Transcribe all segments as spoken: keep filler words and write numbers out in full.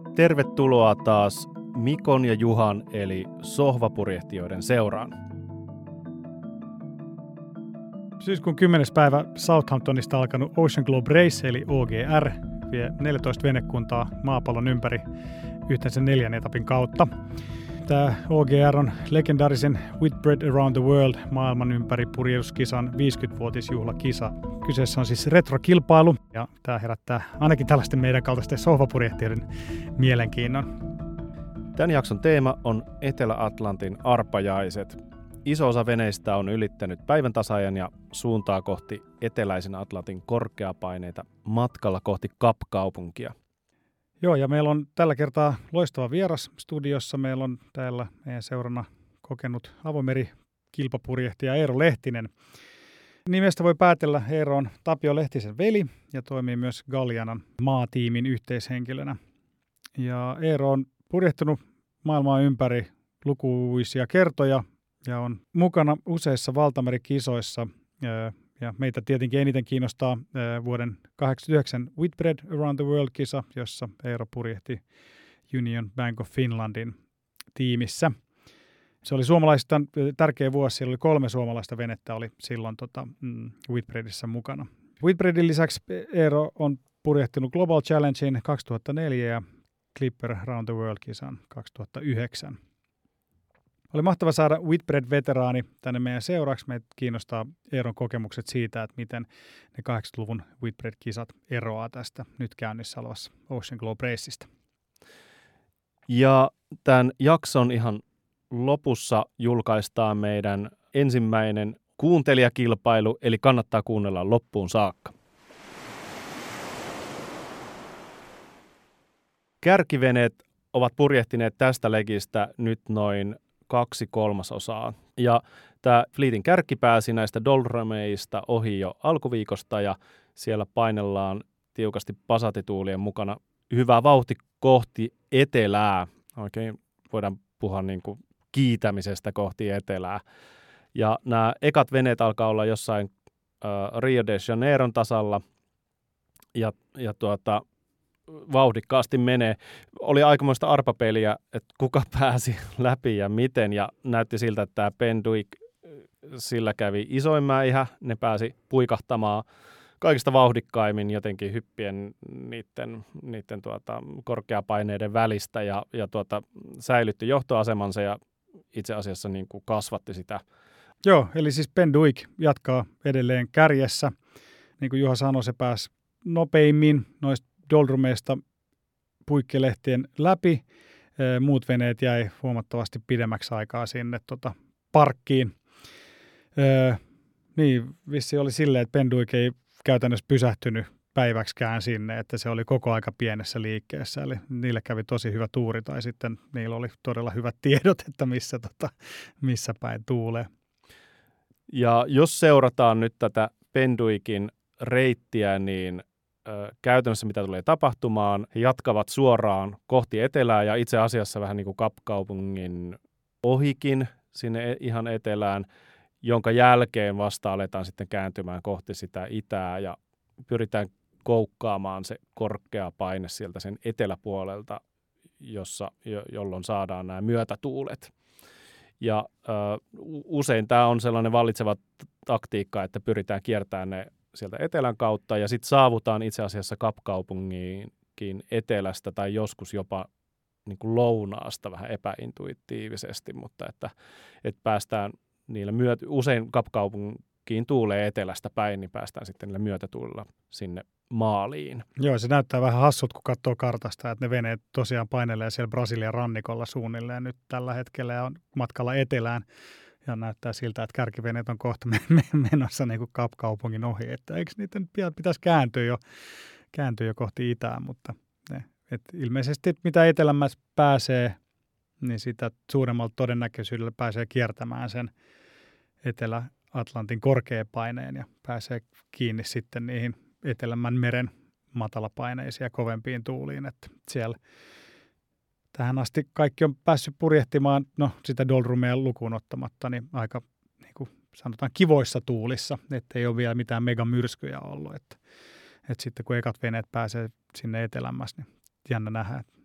Tervetuloa taas Mikon ja Juhan eli sohvapurjehtijoiden seuraan. Syyskuun kymmenes päivä Southamptonista alkanut Ocean Globe Race eli O G R vie neljätoista venekuntaa maapallon ympäri yhteensä neljän etapin kautta. Tämä O G R on legendaarisen Whitbread Around the World maailman ympäri purjehduskisan viisikymmenvuotisjuhlakisa. Kyseessä on siis retrokilpailu ja tämä herättää ainakin tällaisten meidän kaltaisten sohvapurjehtijoiden mielenkiinnon. Tämän jakson teema on Etelä-Atlantin arpajaiset. Iso osa veneistä on ylittänyt päivän tasaajan ja suuntaa kohti eteläisen Atlantin korkeapaineita matkalla kohti Kapkaupunkia. Joo, ja meillä on tällä kertaa loistava vieras studiossa. Meillä on täällä meidän seurana kokenut avomerikilpapurjehtija Eero Lehtinen. Nimestä voi päätellä, Eero on Tapio Lehtisen veli ja toimii myös Gallianan maatiimin yhteishenkilönä. Ja Eero on purjehtunut maailmaa ympäri lukuisia kertoja ja on mukana useissa valtamerikisoissa. Ja meitä tietenkin eniten kiinnostaa vuoden kahdeksankymmentäyhdeksän Whitbread Around the World-kisa, jossa Eero purjehti Union Bank of Finlandin tiimissä. Se oli suomalaisista tärkeä vuosi, siellä oli kolme suomalaista venettä oli silloin tota, mm, Whitbreadissä mukana. Whitbreadin lisäksi Eero on purjehtinut Global Challengein kaksituhattaneljä ja Clipper Around the World-kisan kaksituhattayhdeksän. Oli mahtava saada Whitbread-veteraani tänne meidän seuraaksi. Meitä kiinnostaa Eeron kokemukset siitä, että miten ne kahdeksankymmentäluvun Whitbread-kisat eroaa tästä nyt käynnissä olevassa Ocean Globe Raceista. Ja tämän jakson ihan lopussa julkaistaan meidän ensimmäinen kuuntelijakilpailu, eli kannattaa kuunnella loppuun saakka. Kärkiveneet ovat purjehtineet tästä legistä nyt noin kaksi kolmasosaa. Ja tämä Fleetin kärki pääsi näistä doldrumeista ohi jo alkuviikosta ja siellä painellaan tiukasti pasatituulien mukana hyvää vauhti kohti etelää. Oikein voidaan puhua niin kuin kiitämisestä kohti etelää. Ja nämä ekat veneet alkaa olla jossain äh, Rio de Janeiron tasalla ja, ja tuota, vauhdikkaasti menee. Oli aikamoista arpapeliä, että kuka pääsi läpi ja miten, ja näytti siltä, että tämä Penduik, sillä kävi isoin mäihä, ne pääsi puikahtamaan kaikista vauhdikkaimmin jotenkin hyppien niiden, niiden tuota, korkeapaineiden välistä ja, ja tuota, säilytti johtoasemansa ja itse asiassa niin kuin kasvatti sitä. Joo, eli siis Penduik jatkaa edelleen kärjessä. Niin kuin Juha sanoi, se pääsi nopeimmin noista doldrumeista puikkelehtien läpi. Muut veneet jäi huomattavasti pidemmäksi aikaa sinne tota, parkkiin. Öö, niin, vissi oli silleen, että Penduik ei käytännössä pysähtynyt päiväksikään sinne, että se oli koko aika pienessä liikkeessä. Eli niille kävi tosi hyvä tuuri tai sitten niillä oli todella hyvät tiedot, että missä, tota, missä päin tuulee. Ja jos seurataan nyt tätä Penduikin reittiä, niin käytännössä mitä tulee tapahtumaan, he jatkavat suoraan kohti etelää ja itse asiassa vähän niin kuin Kapkaupungin ohikin sinne ihan etelään, jonka jälkeen vasta aletaan sitten kääntymään kohti sitä itää ja pyritään koukkaamaan se korkea paine sieltä sen eteläpuolelta, jossa, jo, jolloin saadaan nämä myötätuulet. Ja ö, usein tämä on sellainen vallitseva taktiikka, että pyritään kiertämään ne sieltä etelän kautta ja sitten saavutaan itse asiassa Kapkaupunginkin etelästä tai joskus jopa niin kuin lounaasta vähän epäintuitiivisesti, mutta että, että päästään niillä myötä, usein Kapkaupunkiin tuulee etelästä päin, niin päästään sitten niillä myötätuulilla sinne maaliin. Joo, se näyttää vähän hassut, kun katsoo kartasta, että ne veneet tosiaan painelee siellä Brasilian rannikolla suunnilleen nyt tällä hetkellä ja on matkalla etelään. Ja näyttää siltä, että kärkiveneet on kohta menossa niin kuin Kapkaupungin ohi. Että eikö niitä pitäisi kääntyä jo, kääntyä jo kohti itään, mutta ne, et ilmeisesti mitä etelämmässä pääsee, niin sitä suuremmalla todennäköisyydellä pääsee kiertämään sen Etelä-Atlantin korkeapaineen ja pääsee kiinni sitten niihin etelämmän meren matalapaineisiin ja kovempiin tuuliin. Että siellä tähän asti kaikki on päässyt purjehtimaan, no sitä doldrumea lukuun ottamatta, niin aika niin kuin sanotaan kivoissa tuulissa, ettei ole vielä mitään megamyrskyjä ollut. Että, että sitten kun ekat veneet pääsee sinne etelämmässä, niin jännä nähdä, että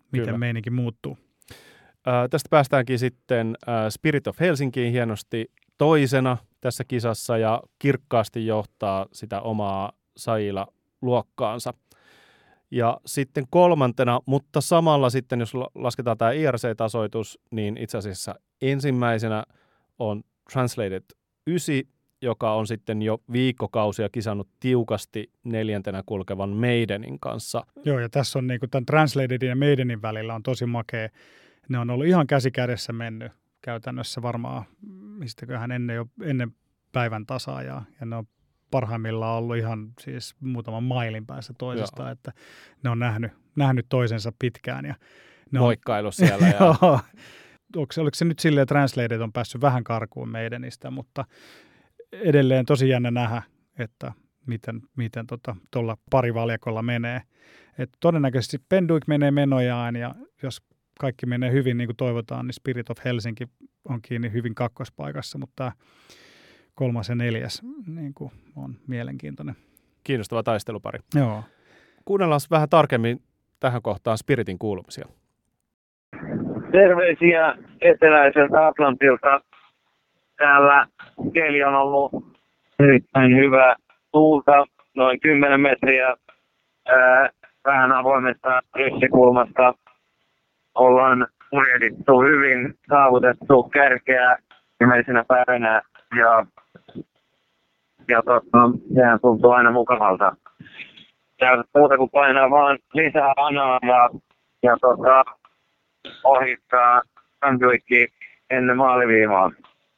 miten Kyllä. meininki muuttuu. Ää, tästä päästäänkin sitten ää, Spirit of Helsinkiin hienosti toisena tässä kisassa ja kirkkaasti johtaa sitä omaa Saila-luokkaansa. Ja sitten kolmantena, mutta samalla sitten, jos lasketaan tämä I R C-tasoitus, niin itse asiassa ensimmäisenä on Translated yhdeksän, joka on sitten jo viikkokausia kisannut tiukasti neljäntenä kulkevan Maidenin kanssa. Joo, ja tässä on niin kuin tämän Translatedin ja Maidenin välillä on tosi makea. Ne on ollut ihan käsi kädessä mennyt käytännössä varmaan, mistäköhän ennen, jo, ennen päivän tasaa, ja, ja ne on parhaimmillaan ollut ihan siis muutaman mailin päässä toisestaan, Joo. että ne on nähnyt, nähnyt toisensa pitkään. Ja ne Moikkailu on, siellä. Ja... Joo. Onko, oliko se nyt silleen, että Translated on päässyt vähän karkuun Maidenistä, mutta edelleen tosi jännä nähdä, että miten, miten tuolla tota, parivaljakolla menee. Et todennäköisesti Penduik menee menojaan, ja jos kaikki menee hyvin niin kuin toivotaan, niin Spirit of Helsinki on kiinni hyvin kakkospaikassa, mutta kolmas ja neljäs niin kuin on mielenkiintoinen. Kiinnostava taistelupari. Joo. Kuunnellaan vähän tarkemmin tähän kohtaan Spiritin kuulumisia. Terveisiä eteläiseltä Atlantilta. Täällä keli on ollut erittäin hyvä, tuulta noin kymmenen metriä, ää, vähän avoimesta ryssikulmasta. Ollaan purjehdittu hyvin, saavutettu kärkeä viimeisenä päivänä ja, ja totta, sehän tuntuu aina mukavalta. Ja muuta kuin painaa vaan lisää anaa ja, ja tota, ohittaa Penduikki ennen maaliviimaa.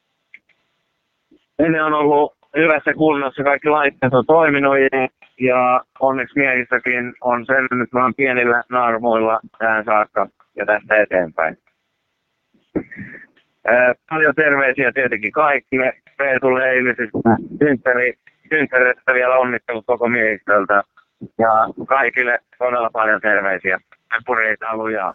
Ennen on ollut hyvässä kunnossa, kaikki laitteet on toiminut ja onneksi miehissäkin on selvinnyt vain pienillä naarmuilla tähän saakka ja tästä eteenpäin. Ää, paljon terveisiä tietenkin kaikille. Peetulle eilisistä synttäreistä vielä onnittelut koko miehistöltä ja kaikille todella paljon terveisiä. Me purjetaan lujaa.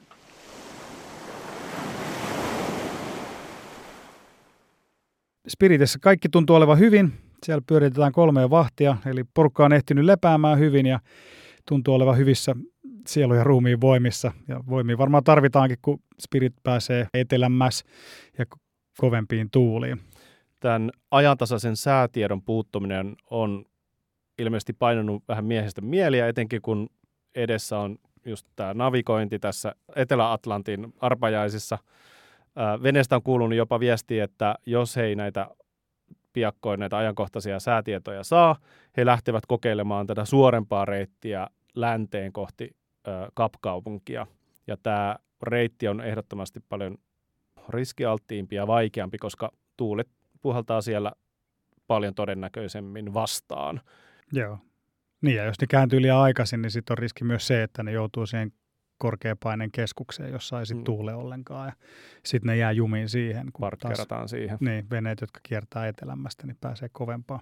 Spiritissä kaikki tuntuu olevan hyvin. Siellä pyöritetään kolmea vahtia, eli porukka on ehtinyt lepäämään hyvin ja tuntuu olevan hyvissä sielu- ja ruumiin voimissa. Ja voimia varmaan tarvitaankin, kun Spirit pääsee etelämmäs ja kovempiin tuuliin. Tämän ajantasaisen säätiedon puuttuminen on ilmeisesti painanut vähän miehistä mieliä, etenkin kun edessä on just tämä navigointi tässä Etelä-Atlantin arpajaisissa. Veneestä on kuulunut jopa viestiä, että jos he ei näitä piakkoin näitä ajankohtaisia säätietoja saa, he lähtevät kokeilemaan tätä suorempaa reittiä länteen kohti Kapkaupunkia. Ja tämä reitti on ehdottomasti paljon riskialttiimpi ja vaikeampi, koska tuulet puhaltaa siellä paljon todennäköisemmin vastaan. Joo. Niin, ja jos ne kääntyy liian aikaisin, niin sitten on riski myös se, että ne joutuu siihen korkeapaineen keskukseen, jossa ei sitten mm. tuule ollenkaan. Ja sitten ne jää jumiin siihen. Kun Parkkerataan siihen. Niin, veneet, jotka kiertää etelämästä, niin pääsee kovempaan.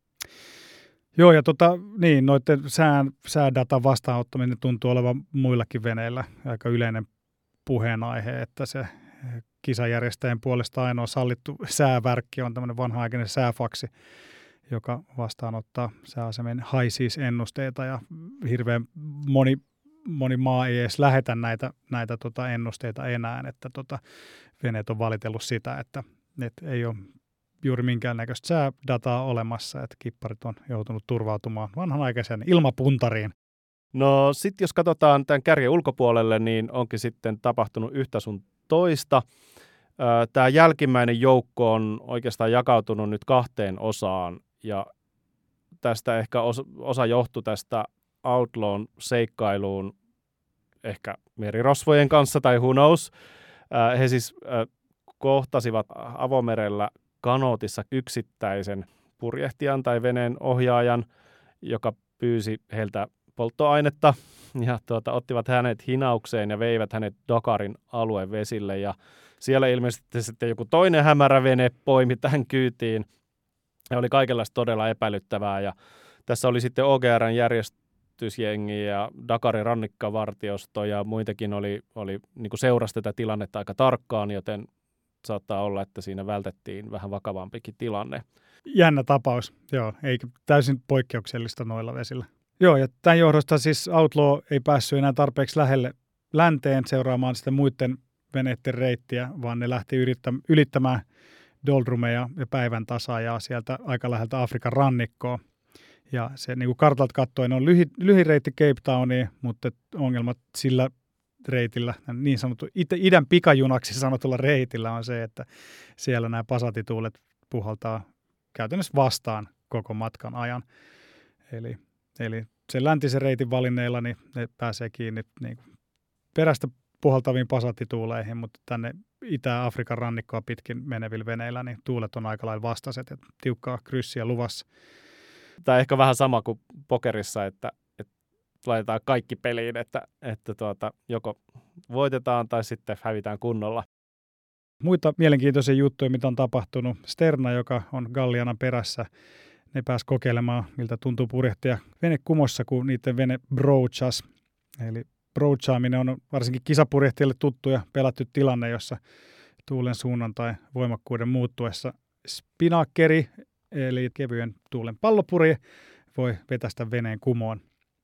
Joo, ja tota, niin, noiden sään, säädatan vastaanottaminen tuntuu olevan muillakin veneillä aika yleinen puheenaihe, että se kisajärjestäjän puolesta ainoa sallittu säävärkki on tämmöinen vanha-aikainen sääfaksi, joka vastaanottaa sääasemien high-seas-ennusteita, ja hirveän moni, moni maa ei edes lähetä näitä, näitä tota ennusteita enää, että tota, veneet on valitellut sitä, että, että ei ole juuri minkäännäköistä säädataa olemassa, että kipparit on joutunut turvautumaan vanhanaikaisen ilmapuntariin. No sitten jos katsotaan tämän kärjen ulkopuolelle, niin onkin sitten tapahtunut yhtä sun toista. Tämä jälkimmäinen joukko on oikeastaan jakautunut nyt kahteen osaan, ja tästä ehkä osa, osa johtui tästä Outlawn seikkailuun ehkä merirosvojen kanssa, tai who knows. He siis kohtasivat avomerellä kanootissa yksittäisen purjehtijan tai veneen ohjaajan, joka pyysi heiltä polttoainetta, ja tuota, ottivat hänet hinaukseen ja veivät hänet Dakarin aluevesille, ja siellä ilmeisesti sitten joku toinen hämärä vene poimi tämän kyytiin, ja oli kaikenlaista todella epäilyttävää, ja tässä oli sitten O G R:n järjestysjengi ja Dakarin rannikkavartiosto ja muitakin oli, oli niin kuin seurasi tätä tilannetta aika tarkkaan, joten saattaa olla, että siinä vältettiin vähän vakavampikin tilanne. Jännä tapaus, joo, eikä täysin poikkeuksellista noilla vesillä. Joo, ja tämän johdosta siis Outlaw ei päässyt enää tarpeeksi lähelle länteen seuraamaan sitä muiden veneiden reittiä, vaan ne lähti ylittämään doldrumeja ja päivän tasaajaa sieltä aika läheltä Afrikan rannikkoa. Ja se niin kuin kartalta katsoen on lyhy, lyhin reitti Cape Towniin, mutta ongelmat sillä reitillä, niin sanottu idän pikajunaksi sanotulla reitillä on se, että siellä nämä pasatituulet puhaltaa käytännössä vastaan koko matkan ajan. Eli, eli sen läntisen reitin valinneilla niin ne pääsee kiinni niin perästä puhaltaviin pasatituuleihin, mutta tänne Itä-Afrikan rannikkoa pitkin menevillä veneillä niin tuulet on aika lailla vastaiset ja tiukkaa kryssiä luvassa. Tämä on ehkä vähän sama kuin pokerissa, että, että laitetaan kaikki peliin, että, että tuota, joko voitetaan tai sitten hävitään kunnolla. Muita mielenkiintoisia juttuja, mitä on tapahtunut. Sterna, joka on Gallianan perässä, ne pääsi kokeilemaan, miltä tuntuu purjehtia vene kumossa, kun niiden vene broachas. Eli broachaaminen on varsinkin kisapurjehtijalle tuttu ja pelattu tilanne, jossa tuulen suunnan tai voimakkuuden muuttuessa spinnakkeri, eli kevyen tuulen pallopurje, voi vetästä veneen kumoon.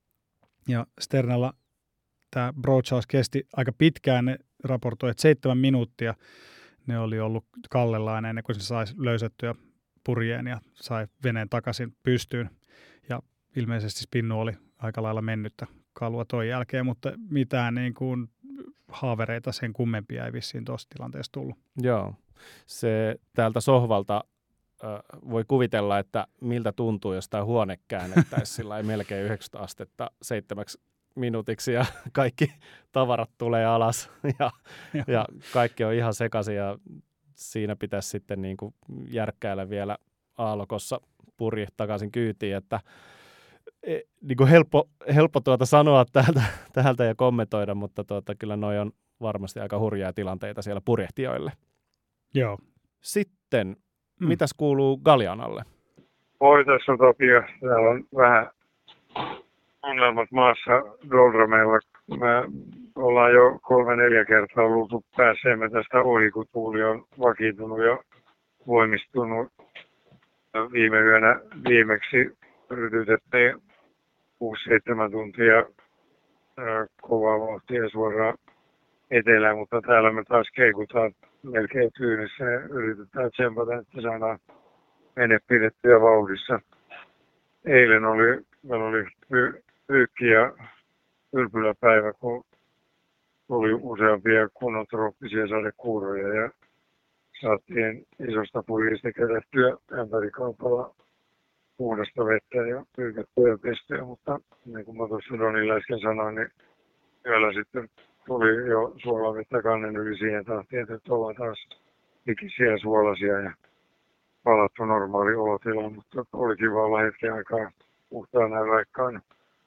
Ja Sternalla tämä broachaus kesti aika pitkään, ne raportoi, että seitsemän minuuttia ne oli ollut kallellaan ennen kuin se sai löysettyä purjeen ja sai veneen takaisin pystyyn. Ja ilmeisesti spinnu oli aika lailla mennyttä kalua toi jälkeen, mutta mitään niin kuin haavereita sen kummempia ei vissiin tuossa tilanteessa tullut. Joo, se täältä sohvalta voi kuvitella, että miltä tuntuu, jos tämä huone käännettäisiin sillä melkein yhdeksänkymmentä astetta seitsemäksi minuutiksi ja kaikki tavarat tulee alas ja, ja kaikki on ihan sekaisin ja siinä pitäisi sitten niin kuin järkkäillä vielä aallokossa purje takaisin kyytiin, että niin kuin helppo, helppo tuota sanoa täältä, täältä ja kommentoida, mutta tuota, kyllä noi on varmasti aika hurjaa tilanteita siellä purjehtijoille. Joo. Sitten Mm. mitäs kuuluu Gallianalle? Oi, tässä on Tapio. Täällä on vähän ongelmat maassa doldrumeilla. Me ollaan jo kolme neljä kertaa luultu pääseemme tästä ohi, kun tuuli on vakiintunut ja voimistunut. Viime yönä viimeksi yritettiin kuusi seitsemän tuntia kovaa vauhtia suoraan etelään, mutta täällä me taas keikutaan melkein tyynissä ja yritetään tsempata, että saadaan mene pidettyä vauhdissa. Eilen oli, meillä oli pyykki ja ylpyläpäivä, kun oli useampia kunnon trooppisia sadekuuroja ja saatiin isosta purjista kerättyä ämpärikaupalla puhdasta vettä ja pyykettyä ja pestyä, mutta niin kuin mä tuossa Donilla äsken sanoin, niin yöllä sitten tuli jo suolavettä kannen yli siihen tahtiin, että ollaan taas ikisiä suolaisia ja palattu normaali olotila, mutta oli kiva olla hetken aikaa puhtaana ja raikkaana.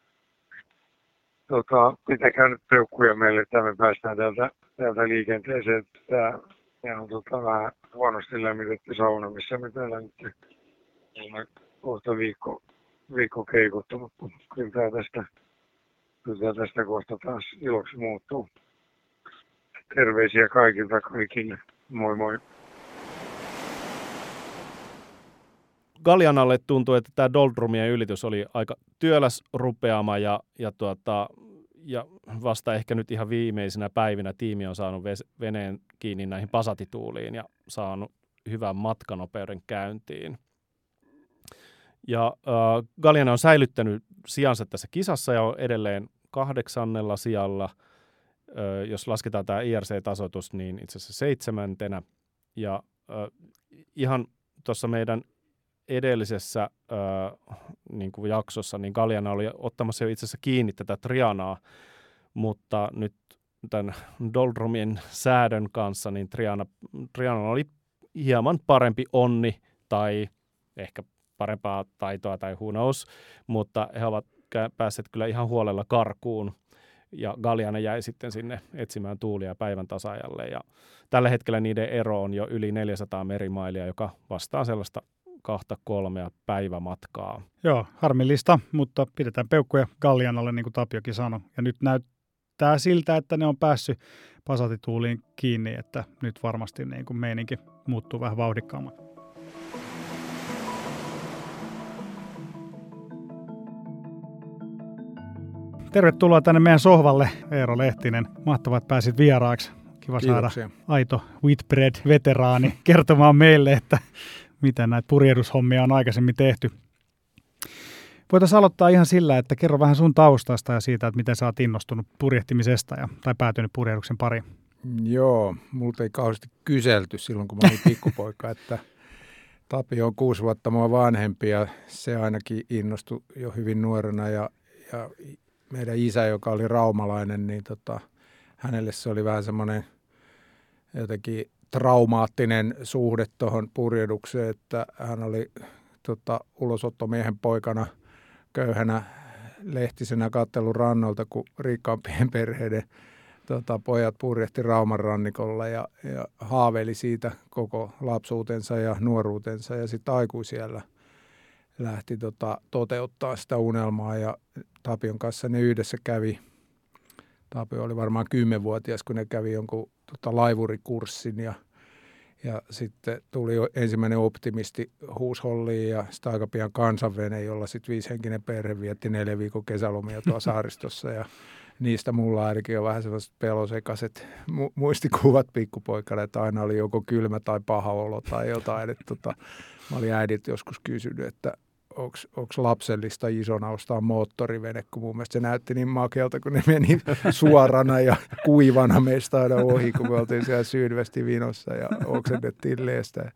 Tota, pitäkää nyt peukkuja meille, että me päästään täältä, täältä liikenteeseen. Tämä on tota, vähän huonosti lämmitetty sauna, missä me täällä nyt olemme kohta viikko, viikko keikuttu, mutta kyllä tämä tästä, kyllä tästä kohta taas iloksi muuttuu. Terveisiä kaikilta kaikille. Moi moi. Gallianalle tuntuu, että tämä doldrumien ylitys oli aika työläs rupeama ja, ja, tuota, ja vasta ehkä nyt ihan viimeisinä päivinä tiimi on saanut veneen kiinni näihin pasatituuliin ja saanut hyvän matkanopeuden käyntiin. Ja äh, Galliana on säilyttänyt sijansa tässä kisassa ja on edelleen kahdeksannella sijalla. Äh, jos lasketaan tämä I R C-tasoitus, niin itse asiassa seitsemäntenä. Ja äh, ihan tuossa meidän edellisessä äh, niin kuin jaksossa, niin Galliana oli ottamassa jo itse asiassa kiinni tätä Trianaa, mutta nyt tämän doldrumien säädön kanssa, niin Triana, Triana oli hieman parempi onni tai ehkä parempaa taitoa tai who knows, mutta he ovat päässeet kyllä ihan huolella karkuun ja Galliana jäi sitten sinne etsimään tuulia päivän tasaajalle ja tällä hetkellä niiden ero on jo yli neljäsataa merimailia, joka vastaa sellaista kahta kolmea päivämatkaa. Joo, harmillista, mutta pidetään peukkuja Gallianalle, niin kuin Tapiokin sanoi. Ja nyt näyttää siltä, että ne on päässyt pasatituuliin kiinni, että nyt varmasti niin kuin meininki muuttuu vähän vauhdikkaammaksi. tervetuloa tänne meidän sohvalle, Eero Lehtinen. Mahtavaa, että pääsit vieraaksi. Kiva Kiitoksia. saada aito Whitbread-veteraani kertomaan meille, että miten näitä purjehdushommia on aikaisemmin tehty. Voitaisiin aloittaa ihan sillä, että kerro vähän sun taustasta ja siitä, että miten sä oot innostunut purjehtimisesta ja, tai päätynyt purjehduksen pariin. Joo, multa ei kauheasti kyselty silloin, kun mä olin pikkupoika, että Tapio on kuusi vuotta mua vanhempi ja se ainakin innostui jo hyvin nuorena ja, ja meidän isä, joka oli raumalainen, niin tota, hänelle se oli vähän semmoinen jotenkin traumaattinen suhde tuohon purjehdukseen, että hän oli tota, ulosottomiehen poikana köyhänä lehtisenä kattelun rannolta, kun rikkaampien perheiden tota, pojat purjehti Rauman rannikolla ja, ja haaveili siitä koko lapsuutensa ja nuoruutensa ja sitten aikuisiellä lähti tota, toteuttaa sitä unelmaa ja Tapion kanssa ne yhdessä kävi. Tapio oli varmaan kymmenvuotias, kun ne kävi jonkun tota, laivurikurssin ja, ja sitten tuli jo ensimmäinen optimisti huusholliin ja sitten aika pian kansanvene, jolla sitten viisihenkinen perhe vietti neljä viikon kesälomia tuolla saaristossa ja niistä mulla ainakin on vähän sellaiset pelosekaiset mu- muistikuvat pikkupoikana, että aina oli joko kylmä tai paha olo tai jotain. Että tota, mä olin äidiltä joskus kysynyt, että onko lapsellista isona ostaa moottorivene, kun mun mielestä se näytti niin makealta, kun ne meni suorana ja kuivana meistä aina ohi, kun me oltiin siellä Sydvestivinossa ja oksennettiin leestä.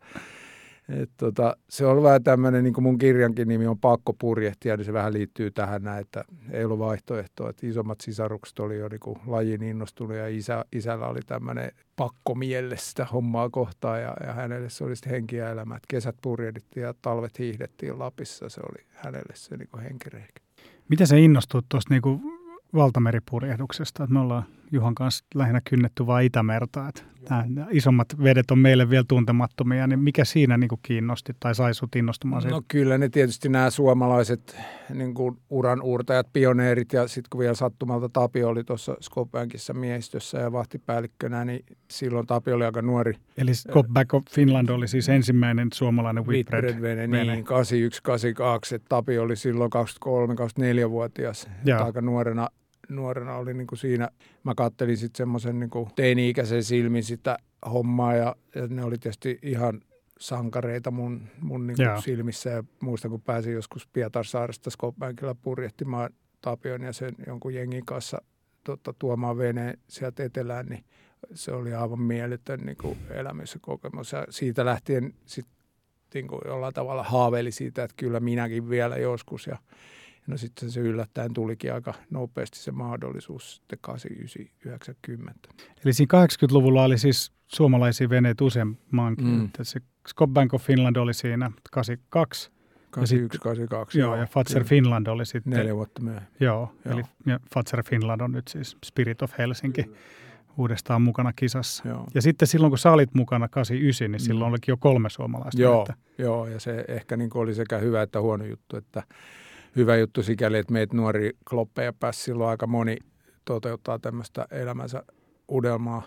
Et tota, se on vähän tämmöinen, niin kuin mun kirjankin nimi on Pakko purjehtia, niin se vähän liittyy tähän näin, että ei ollut vaihtoehtoa. Että isommat sisarukset oli jo niin kuin lajin innostunut ja isä, isällä oli tämmöinen pakko mielessä sitä hommaa kohtaan ja, ja hänelle se oli sitten henki ja elämä. Et kesät purjehdittiin ja talvet hiihdettiin Lapissa, se oli hänelle se niin kuin henkireikä. Miten sä innostut tuosta niin kuin valtameripurjehduksesta? Me ollaan Juhan kanssa lähinnä kynnetty vain Itämerta. Että nämä isommat vedet on meille vielä tuntemattomia, niin mikä siinä niin kuin kiinnosti tai sai sut innostumaan siitä? No kyllä ne tietysti nämä suomalaiset niin kuin uran uurtajat, pioneerit ja sitten kun vielä sattumalta Tapio oli tuossa Skopbankissa miehistössä ja vahtipäällikkönä, niin silloin Tapio oli aika nuori. Eli Skopbank of Finland oli siis ensimmäinen suomalainen Whitbread-vene. Niin, kahdeksankymmentäyksi kahdeksankymmentäkaksi, että Tapio oli silloin kaksikymmentäkolme kaksikymmentäneljä-vuotias, aika nuorena. Nuorena oli niin kuin siinä, mä kattelin sitten semmoisen niin kuin teini-ikäisen silmin sitä hommaa ja, ja ne oli tietysti ihan sankareita mun, mun niin kuin silmissä ja muistan kun pääsin joskus Pietarsaaresta Skopbankilla purjehtimaan Tapion ja sen jonkun jengin kanssa tota, tuomaan veneen sieltä etelään, niin se oli aivan mieletön niin kuin elämys ja kokemus ja siitä lähtien sitten niin kuin jollain tavalla haaveili siitä, että kyllä minäkin vielä joskus ja no sitten se yllättäen tulikin aika nopeasti se mahdollisuus sitten kahdeksankymmentäyhdeksän yhdeksänkymmentä. Eli siinä kahdeksankymmentäluvulla oli siis suomalaisia veneitä useammankin. Mm. Se Skopbank of Finland oli siinä kahdeksankymmentäkaksi. kahdeksankymmentäyksi kahdeksankymmentäkaksi. Joo, ja Fazer Finland oli sitten. Neljä vuotta myöhemmin. Joo, joo. Eli ja Fazer Finland on nyt siis Spirit of Helsinki uudestaan mukana kisassa. Joo. Ja sitten silloin, kun sä olit mukana kahdeksankymmentäyhdeksän, niin silloin mm. olikin jo kolme suomalaista. Joo, joo, ja se ehkä niin oli sekä hyvä että huono juttu, että hyvä juttu sikäli, että meitä nuori kloppeja pääsi silloin aika moni toteuttaa tämmöistä elämänsä unelmaa,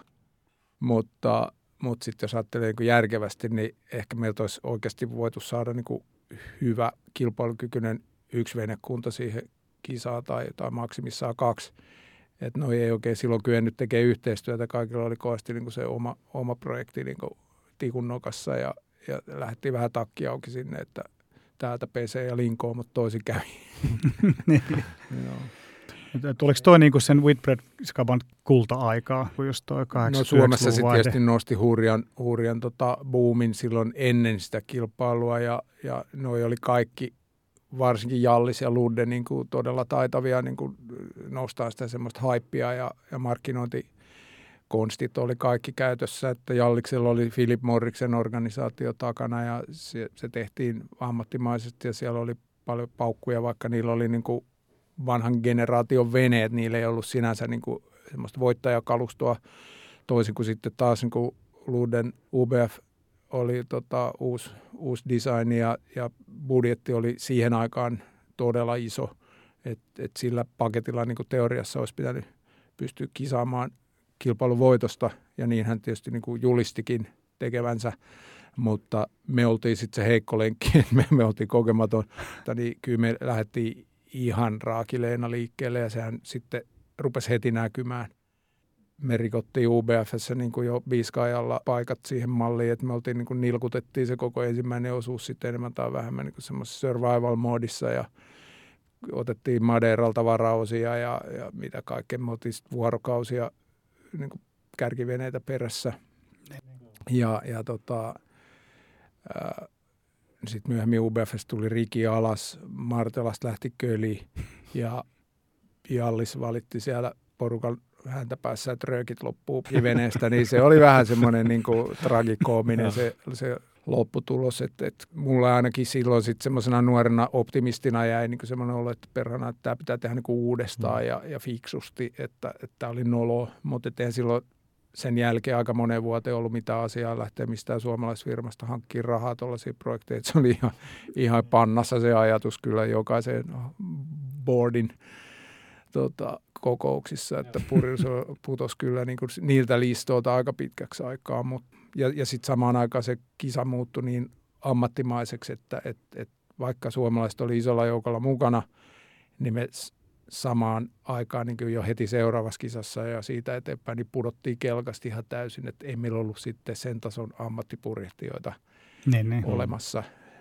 mutta, mutta sitten jos ajattelee niin kuin järkevästi, niin ehkä meiltä olisi oikeasti voitu saada niin kuin hyvä kilpailukykyinen yksi venekunta siihen kisaan tai, tai maksimissaan kaksi. Että noi ei oikein silloin kyennyt tekemään yhteistyötä, kaikilla oli kovasti niin kuin se oma, oma projekti niin kuin tikun nokassa ja, ja lähdettiin vähän takki auki sinne, että täältä pesee ja linkoo, mutta toisin kävi. Niin. Oliko toi niinku sen Whitbread-skaban kulta-aikaa, kun just toi kahdeksankymmentä-luvun No Suomessa sitten tietysti nosti hurjan, hurjan tota boomin silloin ennen sitä kilpailua ja, ja noi oli kaikki, varsinkin Jallis ja Ludde, niin kuin todella taitavia niin kuin nostaa sitä semmoista haippia ja, ja markkinointikonstit oli kaikki käytössä, että Jalliksella oli Philip Morriksen organisaatio takana ja se, se tehtiin ammattimaisesti ja siellä oli paljon paukkuja, vaikka niillä oli niin kuin vanhan generaation veneet, niillä ei ollut sinänsä niin kuin semmoista voittajakalustoa, toisin kuin sitten taas niin kuin Ludden U B F oli tota, uusi, uusi design ja, ja budjetti oli siihen aikaan todella iso, että et sillä paketilla niin kuin teoriassa olisi pitänyt pystyä kisaamaan kilpailun voitosta ja niin hän tietysti niin kuin julistikin tekevänsä, mutta me oltiin sitten se heikko lenkki, että me, me oltiin kokematon, niin kyllä me lähdettiin ihan raakileena liikkeelle ja sehän sitten rupesi heti näkymään. Me rikottiin U B F:ssä niin kuin jo Biskajalla paikat siihen malliin, että me oltiin niin kuin nilkutettiin se koko ensimmäinen osuus sitten enemmän tai vähemmän niin kuin semmoisessa survival-moodissa ja otettiin Madeiralta varaosia ja, ja mitä kaikkea. Me oltiin sitten vuorokausia niin kuin kärkiveneitä perässä ja, ja tota, sitten myöhemmin U B F:ssä tuli Riki alas, Martelasta lähti Köli ja Jallis valitti siellä porukan häntä päässä, että röökit loppuu veneestä, niin se oli vähän semmoinen niin kuin tragikoominen se, se lopputulos, että, että mulle ainakin silloin sitten semmoisena nuorena optimistina jäi niin kuin semmoinen olo, että perhana, että tämä pitää tehdä niin kuin uudestaan mm. ja, ja fiksusti, että tämä oli nolo, mutta eihän silloin sen jälkeen aika monen vuoteen ollut mitään asiaa lähteä mistään suomalaisfirmasta hankkia rahaa tuollaisia projekteja, se oli ihan, ihan pannassa se ajatus kyllä jokaisen boardin Tota, kokouksissa, että Purilus putosi kyllä niin kuin niiltä listoilta aika pitkäksi aikaa. Mut, ja ja sitten samaan aikaan se kisa muuttui niin ammattimaiseksi, että et, et vaikka suomalaiset oli isolla joukolla mukana, niin me samaan aikaan niin jo heti seuraavassa kisassa ja siitä eteenpäin niin pudottiin kelkasti ihan täysin, että ei meillä ollut sitten sen tason ammattipurjehtijoita niin, niin. olemassa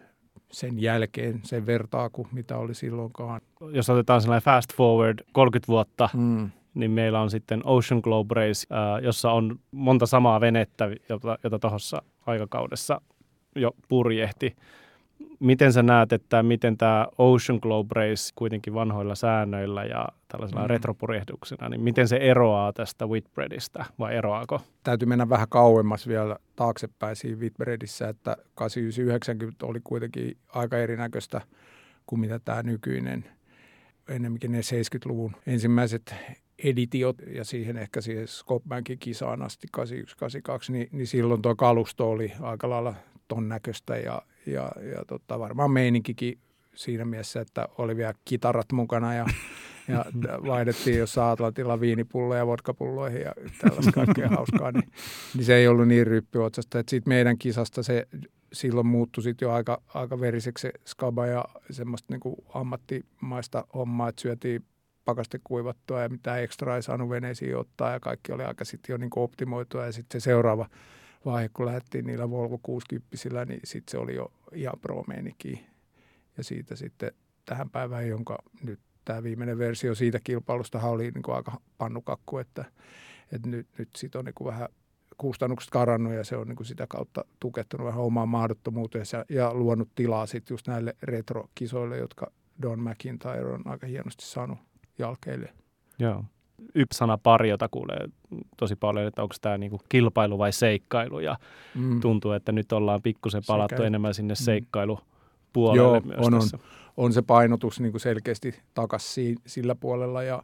sen jälkeen, sen vertaa kuin mitä oli silloinkaan. Jos otetaan sellainen fast forward kolmekymmentä vuotta, mm. niin meillä on sitten Ocean Globe Race, äh, jossa on monta samaa venettä, jota, jota tuossa aikakaudessa jo purjehti. Miten sä näet, että miten tämä Ocean Globe Race kuitenkin vanhoilla säännöillä ja tällaisella mm. retropurjehduksena, niin miten se eroaa tästä Whitbreadista vai eroaako? Täytyy mennä vähän kauemmas vielä taaksepäin siinä Whitbreadissä, että kahdeksankymmentä yhdeksänkymmentä oli kuitenkin aika erinäköistä kuin mitä tämä nykyinen, ennemminkin ne seitsemänkymmentäluvun ensimmäiset editiot ja siihen ehkä siihen Scopbankin kisaan asti kahdeksankymmentäyksi kahdeksankymmentäkaksi, niin, niin silloin tuo kalusto oli aika lailla ton näköistä ja, ja, ja tota, varmaan meininkikin siinä mielessä, että oli vielä kitarat mukana ja, ja vaihdettiin jossain Atlantilla viinipulloja ja vodkapulloihin ja tällaista kaikkea hauskaa, niin, niin se ei ollut niin ryppyotsasta. Sitten meidän kisasta se silloin muuttui sit jo aika, aika veriseksi se skaba ja semmoista niinku ammattimaista hommaa, että syötiin pakastekuivattua ja mitään ekstra ei saanut veneisiin ottaa ja kaikki oli aika sitten jo niinku optimoitua ja sitten se seuraava vaihe, kun lähdettiin niillä Volvo kuusikymmentä, niin sitten se oli jo ihan pro-meininkiä. Ja siitä sitten tähän päivään, jonka nyt tämä viimeinen versio siitä kilpailusta oli niin kuin aika pannukakku, että, että nyt, nyt siitä on niin kuin vähän kustannukset karannut ja se on niin kuin sitä kautta tukettunut vähän omaan mahdottomuutensa ja, ja luonut tilaa sitten just näille retrokisoille, jotka Don McIntyre on aika hienosti saanut jalkeille. Joo. Yksi sana pari, jota kuulee tosi paljon, että onko tämä niinku kilpailu vai seikkailu ja mm. tuntuu, että nyt ollaan pikkusen palattu Sekä. enemmän sinne seikkailupuolelle Joo, myös on, tässä. On, on se painotus niinku selkeästi takaisin sillä puolella ja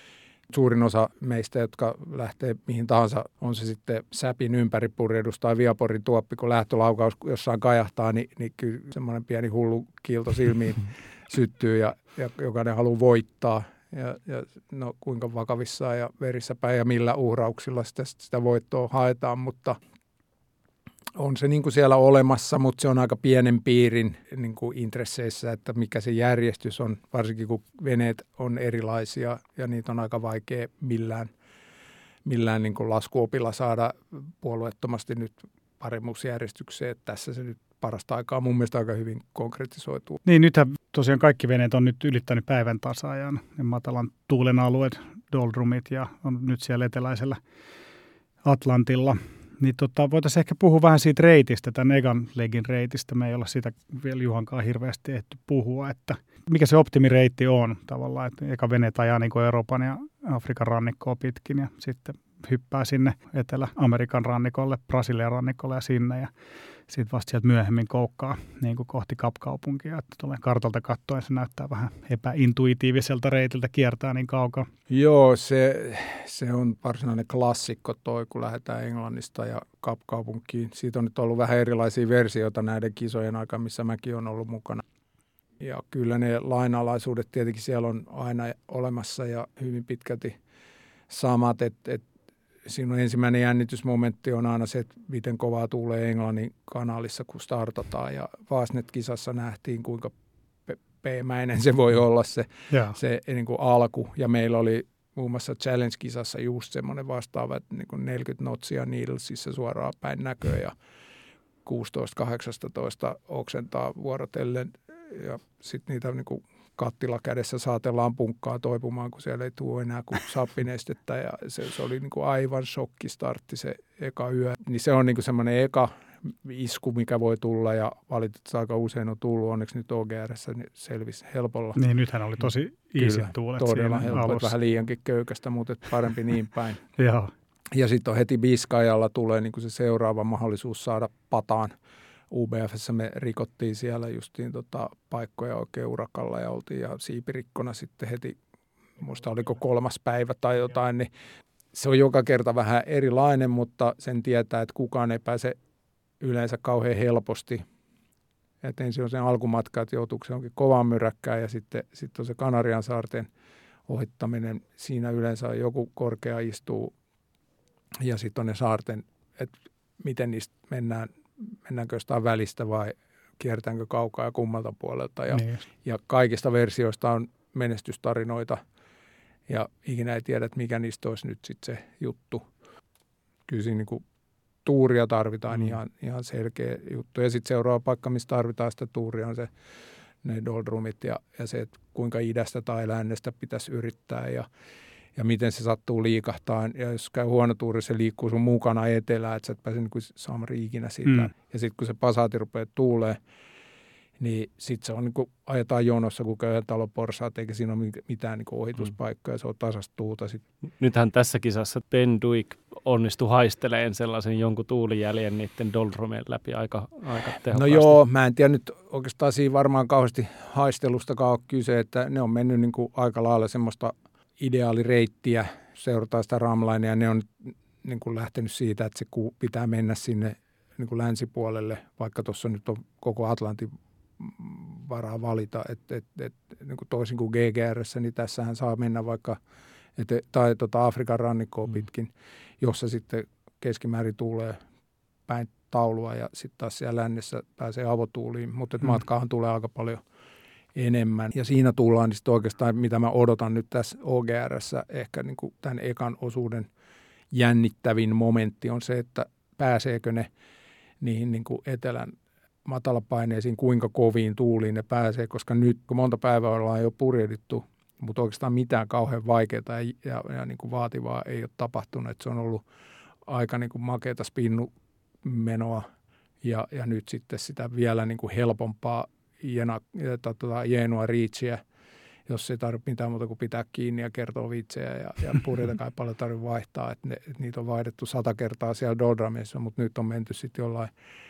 suurin osa meistä, jotka lähtee mihin tahansa, on se sitten säpin ympäripurjehdus tai Viaporin tuoppi, kun lähtölaukaus jossain kajahtaa, niin, niin kyllä semmoinen pieni hullu kiilto silmiin syttyy ja, ja jokainen haluaa voittaa. Ja, ja no kuinka vakavissaan ja verissä päin ja millä uhrauksilla sitä, sitä voittoa haetaan, mutta on se niin kuin siellä olemassa, mutta se on aika pienen piirin niin kuin intresseissä, että mikä se järjestys on, varsinkin kun veneet on erilaisia ja niitä on aika vaikea millään, millään niin kuin laskuopilla saada puolueettomasti nyt paremmuusjärjestykseen. Tässä se nyt parasta aikaa mun mielestä aika hyvin konkretisoituu. Niin, nythän tosiaan kaikki veneet on nyt ylittänyt päivän tasaajan. Ne matalan tuulen alueet, doldrumit ja on nyt siellä eteläisellä Atlantilla. Niin tota, voitaisiin ehkä puhua vähän siitä reitistä, tämän ekan legin reitistä. Me ei olla siitä vielä Juhankaan hirveästi ehty puhua, että mikä se optimireitti on tavallaan. Että eka veneet ajaa niin kuin Euroopan ja Afrikan rannikkoa pitkin ja sitten hyppää sinne Etelä-Amerikan rannikolle, Brasilian rannikolle ja sinne ja sitten vasta sieltä myöhemmin koukkaa niin kuin kohti Kapkaupunkia, että tulee kartalta katsoen se näyttää vähän epäintuitiiviselta reitiltä kiertää niin kaukaa. Joo, se, se on varsinainen klassikko toi, kun lähdetään Englannista ja Kapkaupunkiin. Siitä on nyt ollut vähän erilaisia versioita näiden kisojen aikaan, missä mäkin olen ollut mukana. Ja kyllä ne lainalaisuudet tietenkin siellä on aina olemassa ja hyvin pitkälti samat, että et, siinä on ensimmäinen jännitysmomentti on aina se, että miten kovaa tuulee Englannin kanaalissa, kun startataan. Ja Fastnet-kisassa nähtiin, kuinka suppeamäinen se voi olla se, yeah. se niin kuin alku. Ja meillä oli muun muassa Challenge-kisassa just semmoinen vastaava, että niin kuin neljäkymmentä notsia needlesissa suoraan päin näköä ja kuusitoista kahdeksantoista oksentaa vuorotellen. Ja sitten niitä niin kuin kattila kädessä saatellaan punkkaa toipumaan, kun siellä ei tule enää kuin sappinestettä. Ja se, se oli niin kuin aivan shokkistartti se eka yö. Niin se on niin kuin semmoinen eka isku, mikä voi tulla ja valitettavasti aika usein on tullut. Onneksi nyt O G R:ssä selvisi helpolla. Niin, nythän oli tosi easy tuulet todella siinä helppo, alussa. vähän liiankin köykästä, mutta parempi niin päin. Joo. Ja sitten on heti Biskajalla tulee niin kuin se seuraava mahdollisuus saada pataan. U B F:ssä me rikottiin siellä justiin tota paikkoja oikein urakalla ja oltiin ja siipirikkona sitten heti, muista oliko kolmas päivä tai jotain, niin se on joka kerta vähän erilainen, mutta sen tietää, että kukaan ei pääse yleensä kauhean helposti. Että ensin on sen alkumatka, että joutuuko se onkin kovaan myräkkään ja sitten, sitten on se Kanarian saarten ohittaminen. Siinä yleensä joku korkea istuu ja sitten on ne saarten, että miten niistä mennään, mennäänkö jostain välistä vai kiertäänkö kaukaa ja kummalta puolelta. Ja, niin. ja kaikista versioista on menestystarinoita ja ikinä ei tiedä, että mikä niistä olisi nyt sitten se juttu. Kyllä siinä niin kuin tuuria tarvitaan mm. ihan, ihan selkeä juttu. Ja sitten seuraava paikka, missä tarvitaan sitä tuuria, on se ne doldrumit ja, ja se, että kuinka idästä tai lännestä pitäisi yrittää ja, ja miten se sattuu liikahtaa. Ja jos käy huono tuuri, se liikkuu sun mukana etelään, että sä et pääse niin kuin saamari ikinä siitä. Mm. Ja sitten kun se pasaati rupeaa tuulee, niin sitten se on niin kuin ajetaan jonossa, kun käy talon porsaat, eikä siinä ole mitään niin kuin ohituspaikkoja, se on tasasta tuuta. Sit. Nythän tässä kisassa Ben Duik onnistui haisteleen sellaisen jonkun tuulijäljen niiden doldrumien läpi aika, aika tehokkaasti. No joo, mä en tiedä nyt oikeastaan siinä varmaan kauheasti haistelustakaan ole kyse, että ne on mennyt niin kuin aika lailla semmoista ideaalireittiä, seurataan sitä ramlinea ja ne on niin kuin lähtenyt siitä, että se pitää mennä sinne niin kuin länsipuolelle, vaikka tuossa nyt on koko Atlantin varaa valita, että et, et, niin kuin toisin kuin G G R:ssä, niin tässähän saa mennä vaikka et, tai tota Afrikan rannikkoa mm. pitkin, jossa sitten keskimäärin tuulee päin taulua ja sitten taas siellä lännessä pääsee avotuuliin, mutta mm. matkaahan tulee aika paljon enemmän. Ja siinä tullaan niin sitten oikeastaan, mitä mä odotan nyt tässä O G R:ssä, ehkä niin kuin tämän ekan osuuden jännittävin momentti on se, että pääseekö ne niihin niin kuin etelän matalapaineisiin, kuinka koviin tuuliin ne pääsee, koska nyt kun monta päivää ollaan jo purjehdittu, mutta oikeastaan mitään kauhean vaikeaa ja, ja, ja niin kuin vaativaa ei ole tapahtunut. Että se on ollut aika niin kuin makeata spinnumenoa ja, ja nyt sitten sitä vielä niin kuin helpompaa jena, tota, jeenua riitsiä, jos ei tarvitse mitään muuta kuin pitää kiinni ja kertoa vitsejä ja, ja purjetakaan ei paljon tarvitse vaihtaa. Että ne, että niitä on vaihdettu sata kertaa siellä doldramissa, mutta nyt on menty sitten jollain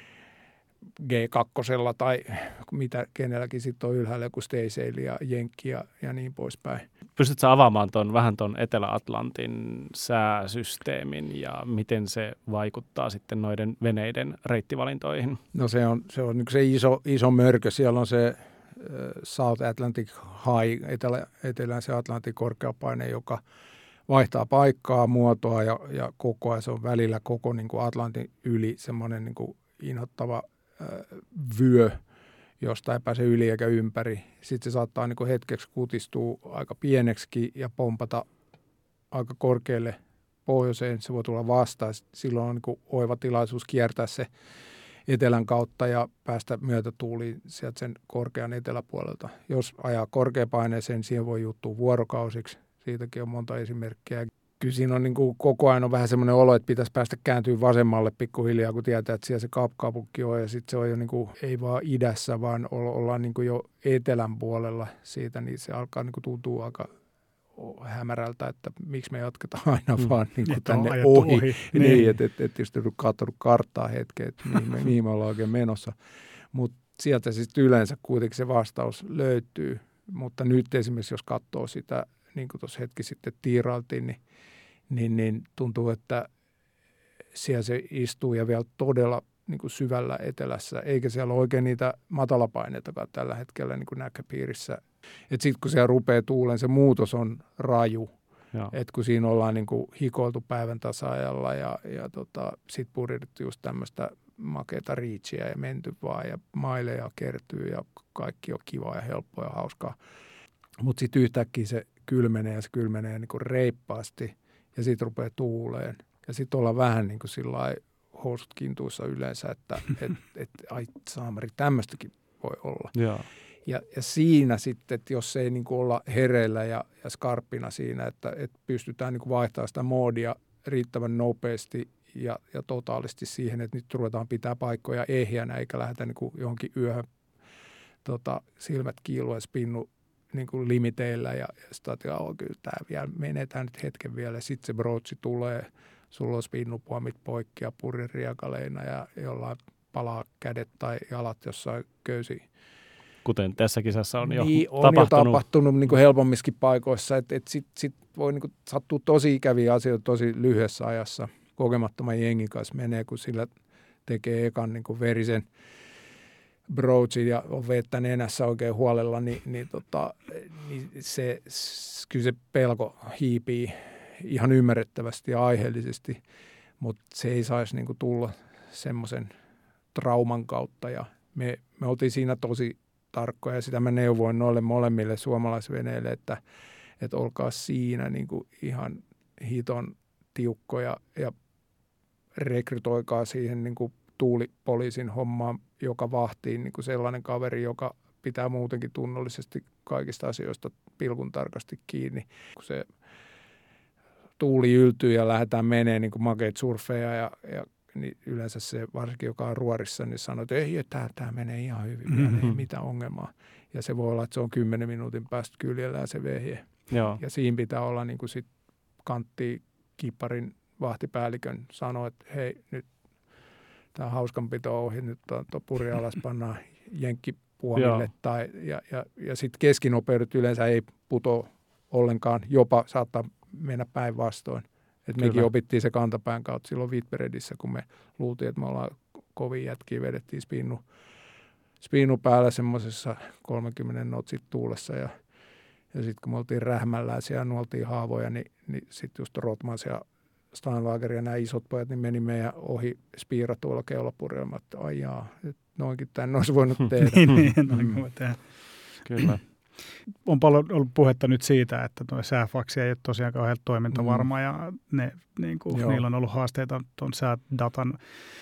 G kaksi tai mitä kenelläkin sitten on ylhäällä, joku Staysail ja Jenkki ja, ja niin poispäin. Pystytkö avaamaan ton, vähän tuon Etelä-Atlantin sääsysteemin ja miten se vaikuttaa sitten noiden veneiden reittivalintoihin? No se on se, on se iso, iso mörkö. Siellä on se uh, South Atlantic High, etelä, etelän se Atlantin korkeapaine, joka vaihtaa paikkaa, muotoa ja, ja kokoa. Se on välillä koko niin kuin Atlantin yli semmoinen niin kuin inhottava vyö, josta ei pääse yli eikä ympäri. Sitten se saattaa niin kuin hetkeksi kutistua aika pieneksi ja pompata aika korkealle pohjoiseen. Se voi tulla vastaan. Silloin on niin kuin oiva tilaisuus kiertää se etelän kautta ja päästä myötätuuliin sieltä sen korkean eteläpuolelta. Jos ajaa korkeapaineeseen, siihen voi juttua vuorokausiksi. Siitäkin on monta esimerkkiä. Kyllä siinä on niin kuin koko ajan on vähän semmoinen olo, että pitäisi päästä kääntyä vasemmalle pikkuhiljaa, kun tietää, että siellä se kaupungki on. Ja sitten se on jo niin kuin, ei vaan idässä, vaan ollaan niin kuin jo etelän puolella siitä, niin se alkaa niin kuin tuntua aika hämärältä, että miksi me jatketaan aina mm. vaan niin kuin tänne ohi. ohi. Niin, niin että et, et tietysti katsonut karttaa hetken, että mihin me, mihin me ollaan oikein menossa. Mutta sieltä siis yleensä kuitenkin se vastaus löytyy. Mutta nyt esimerkiksi, jos katsoo sitä, niin kuin tuossa hetki sitten tiirailtiin, niin Niin, niin tuntuu, että siellä se istuu ja vielä todella niin kuin syvällä etelässä, eikä siellä ole oikein niitä matalapaineitakaan tällä hetkellä niin kuin näköpiirissä. Että sitten kun siellä rupeaa tuuleen, se muutos on raju. Että kun siinä ollaan niin kuin hikoiltu päivän tasa-ajalla ja, ja tota, sitten purjehdittu just tämmöistä makeata riitsiä ja menty vaan ja maileja kertyy ja kaikki on kivaa ja helppoa ja hauskaa. Mutta sitten yhtäkkiä se kylmenee ja se kylmenee niin kuin reippaasti ja sitten rupeaa tuuleen. Ja sitten ollaan vähän niin kuin sillai housut kintuissa yleensä, että et, et, ai saamari, tämmöistäkin voi olla. Joo. Ja, ja siinä sitten, että jos ei niin kuin olla hereillä ja, ja skarppina siinä, että, että pystytään niin kuin vaihtamaan sitä moodia riittävän nopeasti ja, ja totaalisti siihen, että nyt ruvetaan pitää paikkoja ehjänä eikä lähdetä niin kuin johonkin yöhön tota, silmät kiilua ja spinnu niin kuin limiteillä ja, ja sitä, että oh, kyllä tämä vielä menee tämä nyt hetken vielä. Sitten se broachi tulee, sulla on spinnupuomit poikki ja purri riekaleina ja jollain palaa kädet tai jalat jossain köysi. Kuten tässä kisassa on jo niin, on tapahtunut. jo tapahtunut niin kuin helpommissakin paikoissa, että et sitten sit voi niin kuin sattua tosi ikäviä asioita tosi lyhyessä ajassa. Kokemattoman jengin kanssa menee, kun sillä tekee ekan niin kuin verisen broachin ja on vettä nenässä oikein huolella, niin, niin, tota, niin se, kyllä se pelko hiipii ihan ymmärrettävästi ja aiheellisesti, mutta se ei saisi niin kuin tulla semmoisen trauman kautta ja me, me oltiin siinä tosi tarkkoja ja sitä mä neuvoin noille molemmille suomalaisveneille, että, että olkaa siinä niin kuin ihan hiton tiukkoja ja rekrytoikaa siihen niin kuin tuulipoliisin hommaan, joka vahtii niin kuin sellainen kaveri, joka pitää muutenkin tunnollisesti kaikista asioista pilkun tarkasti kiinni. Kun se tuuli yltyy ja lähdetään menee niin kuin makeita surfeja ja, ja niin yleensä se varsinkin, joka on ruorissa, niin sanoo, että ei, tämä, tämä menee ihan hyvin, mm-hmm. ei mitään ongelmaa. Ja se voi olla, että se on kymmenen minuutin päästä kyljellään se vehje. Joo. Ja siinä pitää olla niin kuin sit kantti kipparin vahtipäällikön sanoa, että hei, nyt tämä hauskanpito on ohi, nyt tuo puri alas pannaan jenkkipuomille. tai, ja ja, ja sitten keskinopeudet yleensä ei putoa ollenkaan, jopa saattaa mennä päinvastoin. Et mekin opittiin se kantapään kautta silloin Whitbreadissä, kun me luultiin, että me ollaan kovin jätkiä, vedettiin spinnu, spinnu päällä semmoisessa kolmenkymmenen notsit tuulessa ja, ja sitten kun me oltiin rähmällään siellä, nuoltiin haavoja, niin, niin sitten just Rotmans ja Steinlager ja nämä isot pojat, niin meni meidän ohi spiira tuolla keulapurilla, että ai jaa, noinkin tänne olisi voinut tehdä. niin, niin, noin voi tehdä. Kyllä. On paljon ollut puhetta nyt siitä, että tuo sääfaksi ei ole tosiaan kauhean toimintavarma mm. ja ne, niin kuin, niillä on ollut haasteita tuon säädatan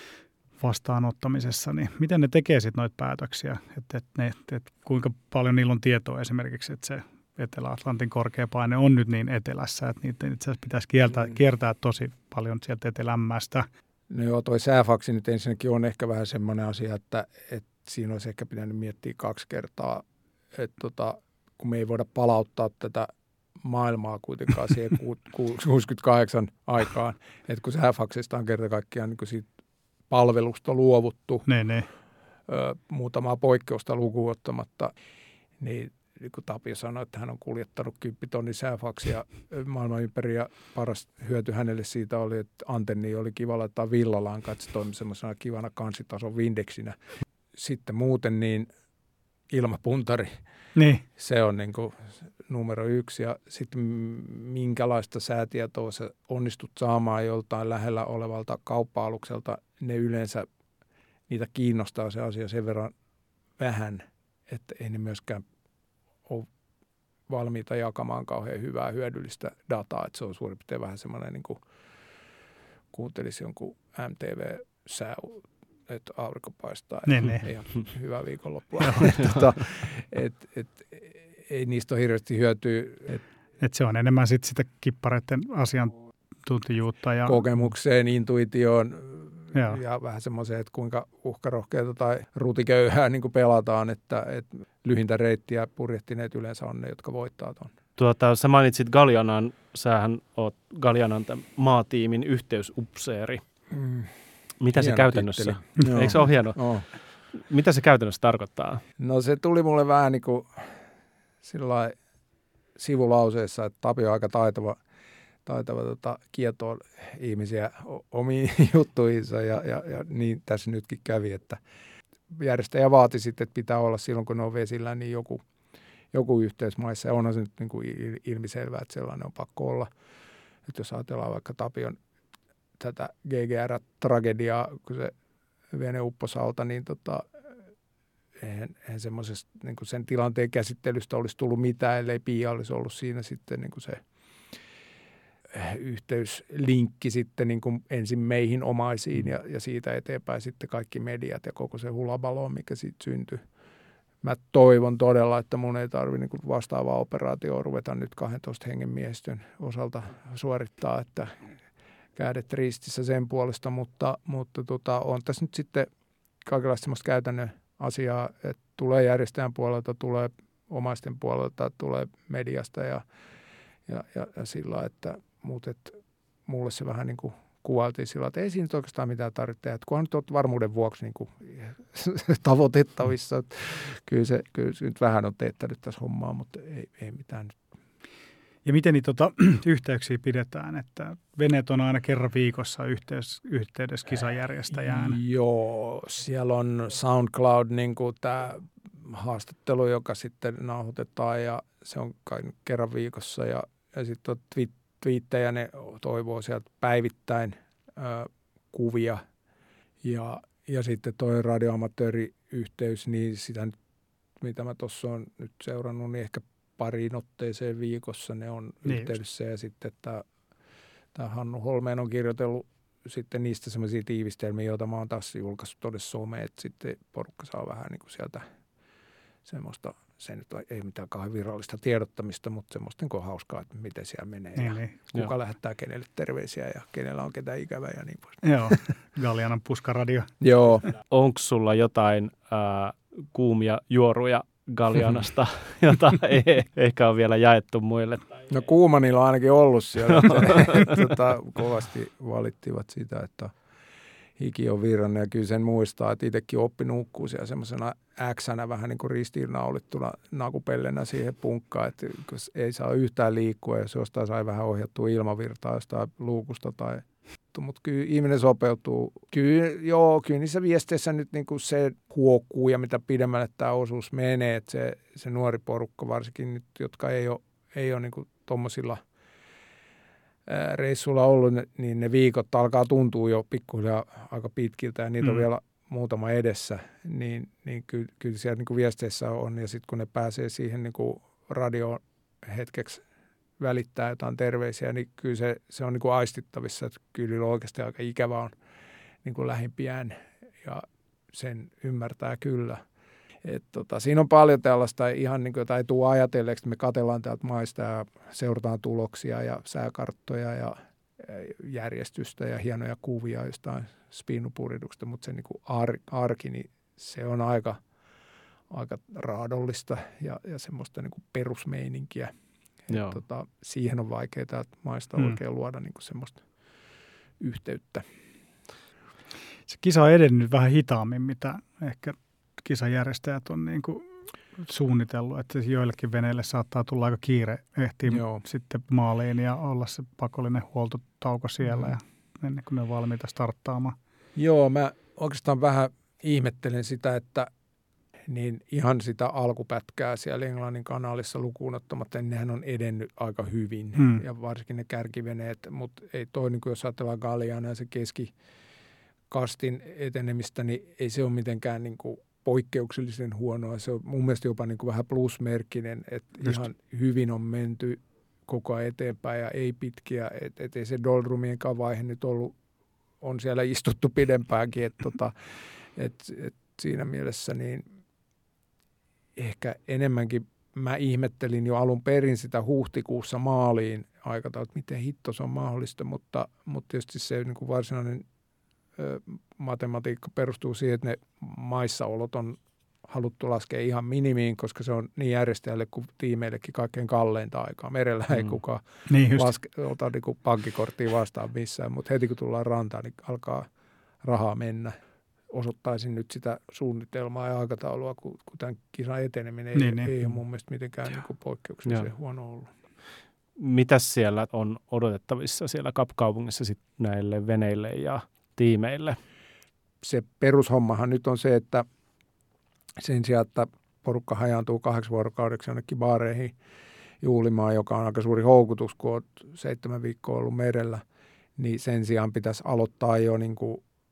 vastaanottamisessa. Niin miten ne tekee sitten noita päätöksiä? Että et ne, et kuinka paljon niillä on tietoa esimerkiksi, että se Etelä-Atlantin korkeapaine on nyt niin etelässä, että niitä itse asiassa pitäisi kiertää, kiertää tosi paljon sieltä etelämmästä. No joo, toi sääfaksi nyt ensinnäkin on ehkä vähän semmoinen asia, että, että siinä olisi ehkä pitänyt miettiä kaksi kertaa, että tota, kun me ei voida palauttaa tätä maailmaa kuitenkaan siihen kuusikymmentäkahdeksan aikaan, että kun sääfaksista on kerta kaikkiaan niin siitä palvelusta luovuttu, ne, ne. Ö, muutamaa poikkeusta lukuun ottamatta, niin kun Tapio sanoi, että hän on kuljettanut kymppitonnin sääfaksia maailman ympäri ja paras hyöty hänelle siitä oli, että antenni oli kiva laittaa villalankaan, että se toimi semmoisena kivana kansitason vindeksinä. Sitten muuten niin ilmapuntari, niin. Se on niin kuin numero yksi ja sitten minkälaista säätietoa sä onnistut saamaan joltain lähellä olevalta kauppa-alukselta, ne yleensä niitä kiinnostaa se asia sen verran vähän, että ei ne myöskään ole valmiita jakamaan kauhean hyvää hyödyllistä dataa, että se on suurin piirtein vähän semmoinen niin kuin kuuntelisi jonkun M T V-sää, että aurinko paistaa, ne, ne. Ihan hyvää viikonloppua. tota, et, et, ei niistä ole hirveästi hyötyä. Et, et se on enemmän sit sitä kippareiden asiantuntijuutta. Ja kokemukseen, intuitioon Joo. ja vähän semmoiseen, että kuinka uhkarohkeata tai rutiköyhää niin kuin pelataan, että, että lyhintä reittiä purjehtineet yleensä on ne, jotka voittaa tuon. Tuota, sä mainitsit Galianan, sähän oot Galianan maatiimin yhteysupseeri. Mm. Mitä hieno se käytännössä? Eikö se ole hieno? Oh. Mitä se käytännössä tarkoittaa? No se tuli mulle vähän niin kuin sillai sivulauseessa, että Tapio on aika taitava, taitava tota, kietoa ihmisiä omiin juttuihinsa ja, ja, ja niin tässä nytkin kävi, että järjestäjä vaati sitten, että pitää olla silloin, kun ne on vesillä, niin joku, joku yhteys maissa. Ja onhan se nyt niin kuin ilmiselvää, että sellainen on pakko olla. Että jos ajatellaan vaikka Tapion tätä G G R-tragediaa, kun se vene upposi alta, niin tota, eihän, eihän semmoisesta niin kuin sen tilanteen käsittelystä olisi tullut mitään, ellei Pia olisi ollut siinä sitten niin kuin se yhteyslinkki sitten niin kuin ensin meihin omaisiin ja, ja siitä eteenpäin sitten kaikki mediat ja koko se hulabalo, mikä siitä syntyi. Mä toivon todella, että mun ei tarvitse niin vastaavaa operaatioa ruveta nyt kahdentoista hengen miehistön osalta suorittaa, että kädet ristissä sen puolesta, mutta, mutta tota, on tässä nyt sitten kaikenlaista semmoista käytännön asiaa, että tulee järjestäjän puolelta, tulee omaisten puolelta, tulee mediasta ja, ja, ja, ja sillä, että mutta et, mulle se vähän niin kuin kuvailtiin sillä, että ei siinä nyt oikeastaan mitään tarvitse tehdä. Kunhan nyt olet varmuuden vuoksi niin kuin tavoitettavissa. Kyllä se, kyllä se nyt vähän on teettänyt tässä hommaa, mutta ei, ei mitään nyt. Ja miten niitä tota, yhteyksiä pidetään? Että veneet on aina kerran viikossa yhteys, yhteydessä kisajärjestäjään. Joo, siellä on SoundCloud, niin kuin tämä haastattelu, joka sitten nauhoitetaan ja se on kai kerran viikossa ja, ja sitten on Twitter. Twiittejä, ne toivoo sieltä päivittäin ö, kuvia ja, ja sitten toi radioamatööriyhteys, niin sitä nyt, mitä mä tuossa olen nyt seurannut, niin ehkä pariin otteeseen viikossa ne on niin yhteydessä just. Ja sitten tämä Hannu Holmeen on kirjoitellut sitten niistä semmoisia tiivistelmiä, joita mä oon taas julkaissut todessa someen, että sitten porukka saa vähän niin kuin sieltä semmoista, se nyt ei mitään kauhean virallista tiedottamista, mutta semmoista niin hauskaa, että miten siellä menee niin, ja niin. kuka Joo. lähettää kenelle terveisiä ja kenellä on ketään ikävää ja niin pois. Joo, Gallianan puskaradio. Joo. Onko sulla jotain äh, kuumia juoruja Gallianasta, jota ei ehkä on vielä jaettu muille? No kuuma niillä on ainakin ollut siellä. tota, kovasti valittivat sitä, että hiki on virrannut ja kyllä sen muistaa, että itsekin oppi nukkuu siellä semmoisena äksänä vähän niin kuin ristiinnaulittuna nakupellenä siihen punkkaan, että ei saa yhtään liikkua, jos jostain sai vähän ohjattua ilmavirtaa jostain luukusta tai mutta kyllä ihminen sopeutuu. Kyllä, joo, kyllä niissä viesteissä nyt niin kuin se huokuu ja mitä pidemmälle tämä osuus menee, että se, se nuori porukka varsinkin nyt, jotka ei ole, ei ole niin kuin tommosilla reissulla ollut, niin ne viikot alkaa tuntua jo pikkuhiljaa aika pitkiltä ja niitä mm. on vielä muutama edessä, niin, niin kyllä, kyllä siellä niin kuin viesteissä on ja sitten kun ne pääsee siihen niin kuin radioon hetkeksi välittää jotain terveisiä, niin kyllä se, se on niin kuin aistittavissa, että kyllä oikeasti aika ikävä on niin kuin lähimpiään ja sen ymmärtää kyllä. Et tota, siinä on paljon tällaista ihan niin kuin, jota ei tule ajatelleeksi, että me katsellaan täältä maista ja seurataan tuloksia ja sääkarttoja ja järjestystä ja hienoja kuvia jostain spinnupurituksesta, mutta se niin kuin ar, arki, niin se on aika, aika raadollista ja, ja semmoista niin kuin perusmeininkiä. Et, tota, siihen on vaikeaa täältä maista hmm. oikein luoda niin kuin semmoista yhteyttä. Se kisa on edennyt vähän hitaammin, mitä ehkä kisajärjestäjät on niin kuin suunnitellut, että joillekin veneille saattaa tulla aika kiire ehtiä Joo. sitten maaliin ja olla se pakollinen huoltotauko siellä mm. ja ennen kuin ne on valmiita starttaamaan. Joo, mä oikeastaan vähän ihmettelen sitä, että niin ihan sitä alkupätkää siellä Englannin kanaalissa lukuun ottamatta, niin nehän on edennyt aika hyvin mm. ja varsinkin ne kärkiveneet, mutta ei toi, niin kuin jos ajatellaan Galliana ja se keskikastin etenemistä, niin ei se ole mitenkään niin kuin poikkeuksellisen huonoa. Se on mun mielestä jopa niin kuin vähän plusmerkkinen, että Just. ihan hyvin on menty koko ajan eteenpäin ja ei pitkiä, että et ei se doldrumienkaan vaihe nyt ollut, on siellä istuttu pidempäänkin, että tota, et, et siinä mielessä niin ehkä enemmänkin mä ihmettelin jo alun perin sitä huhtikuussa maaliin aikataulua, että miten hitto se on mahdollista, mutta, mutta tietysti se niin kuin varsinainen ö, matematiikka perustuu siihen, että ne maissaolot on haluttu laskea ihan minimiin, koska se on niin järjestäjälle kuin tiimeillekin kaikkein kalleinta aikaa. Merellä ei mm. kukaan niin laske, ota niin kuin pankkikorttia vastaan missään, mutta heti kun tullaan rantaan, niin alkaa rahaa mennä. Osoittaisin nyt sitä suunnitelmaa ja aikataulua, kun, kun tämän kisan eteneminen niin, ei, niin. ei ole mun mielestä mitenkään niin poikkeuksellisen huono ollut. Mitäs siellä on odotettavissa siellä Kapkaupungissa sit näille veneille ja tiimeille? Se perushommahan nyt on se, että sen sijaan, että porukka hajaantuu kahdeksi vuorokaudeksi jonnekin baareihin juhlimaan, joka on aika suuri houkutus, kun olet seitsemän viikkoa ollut merellä, niin sen sijaan pitäisi aloittaa jo niin kuin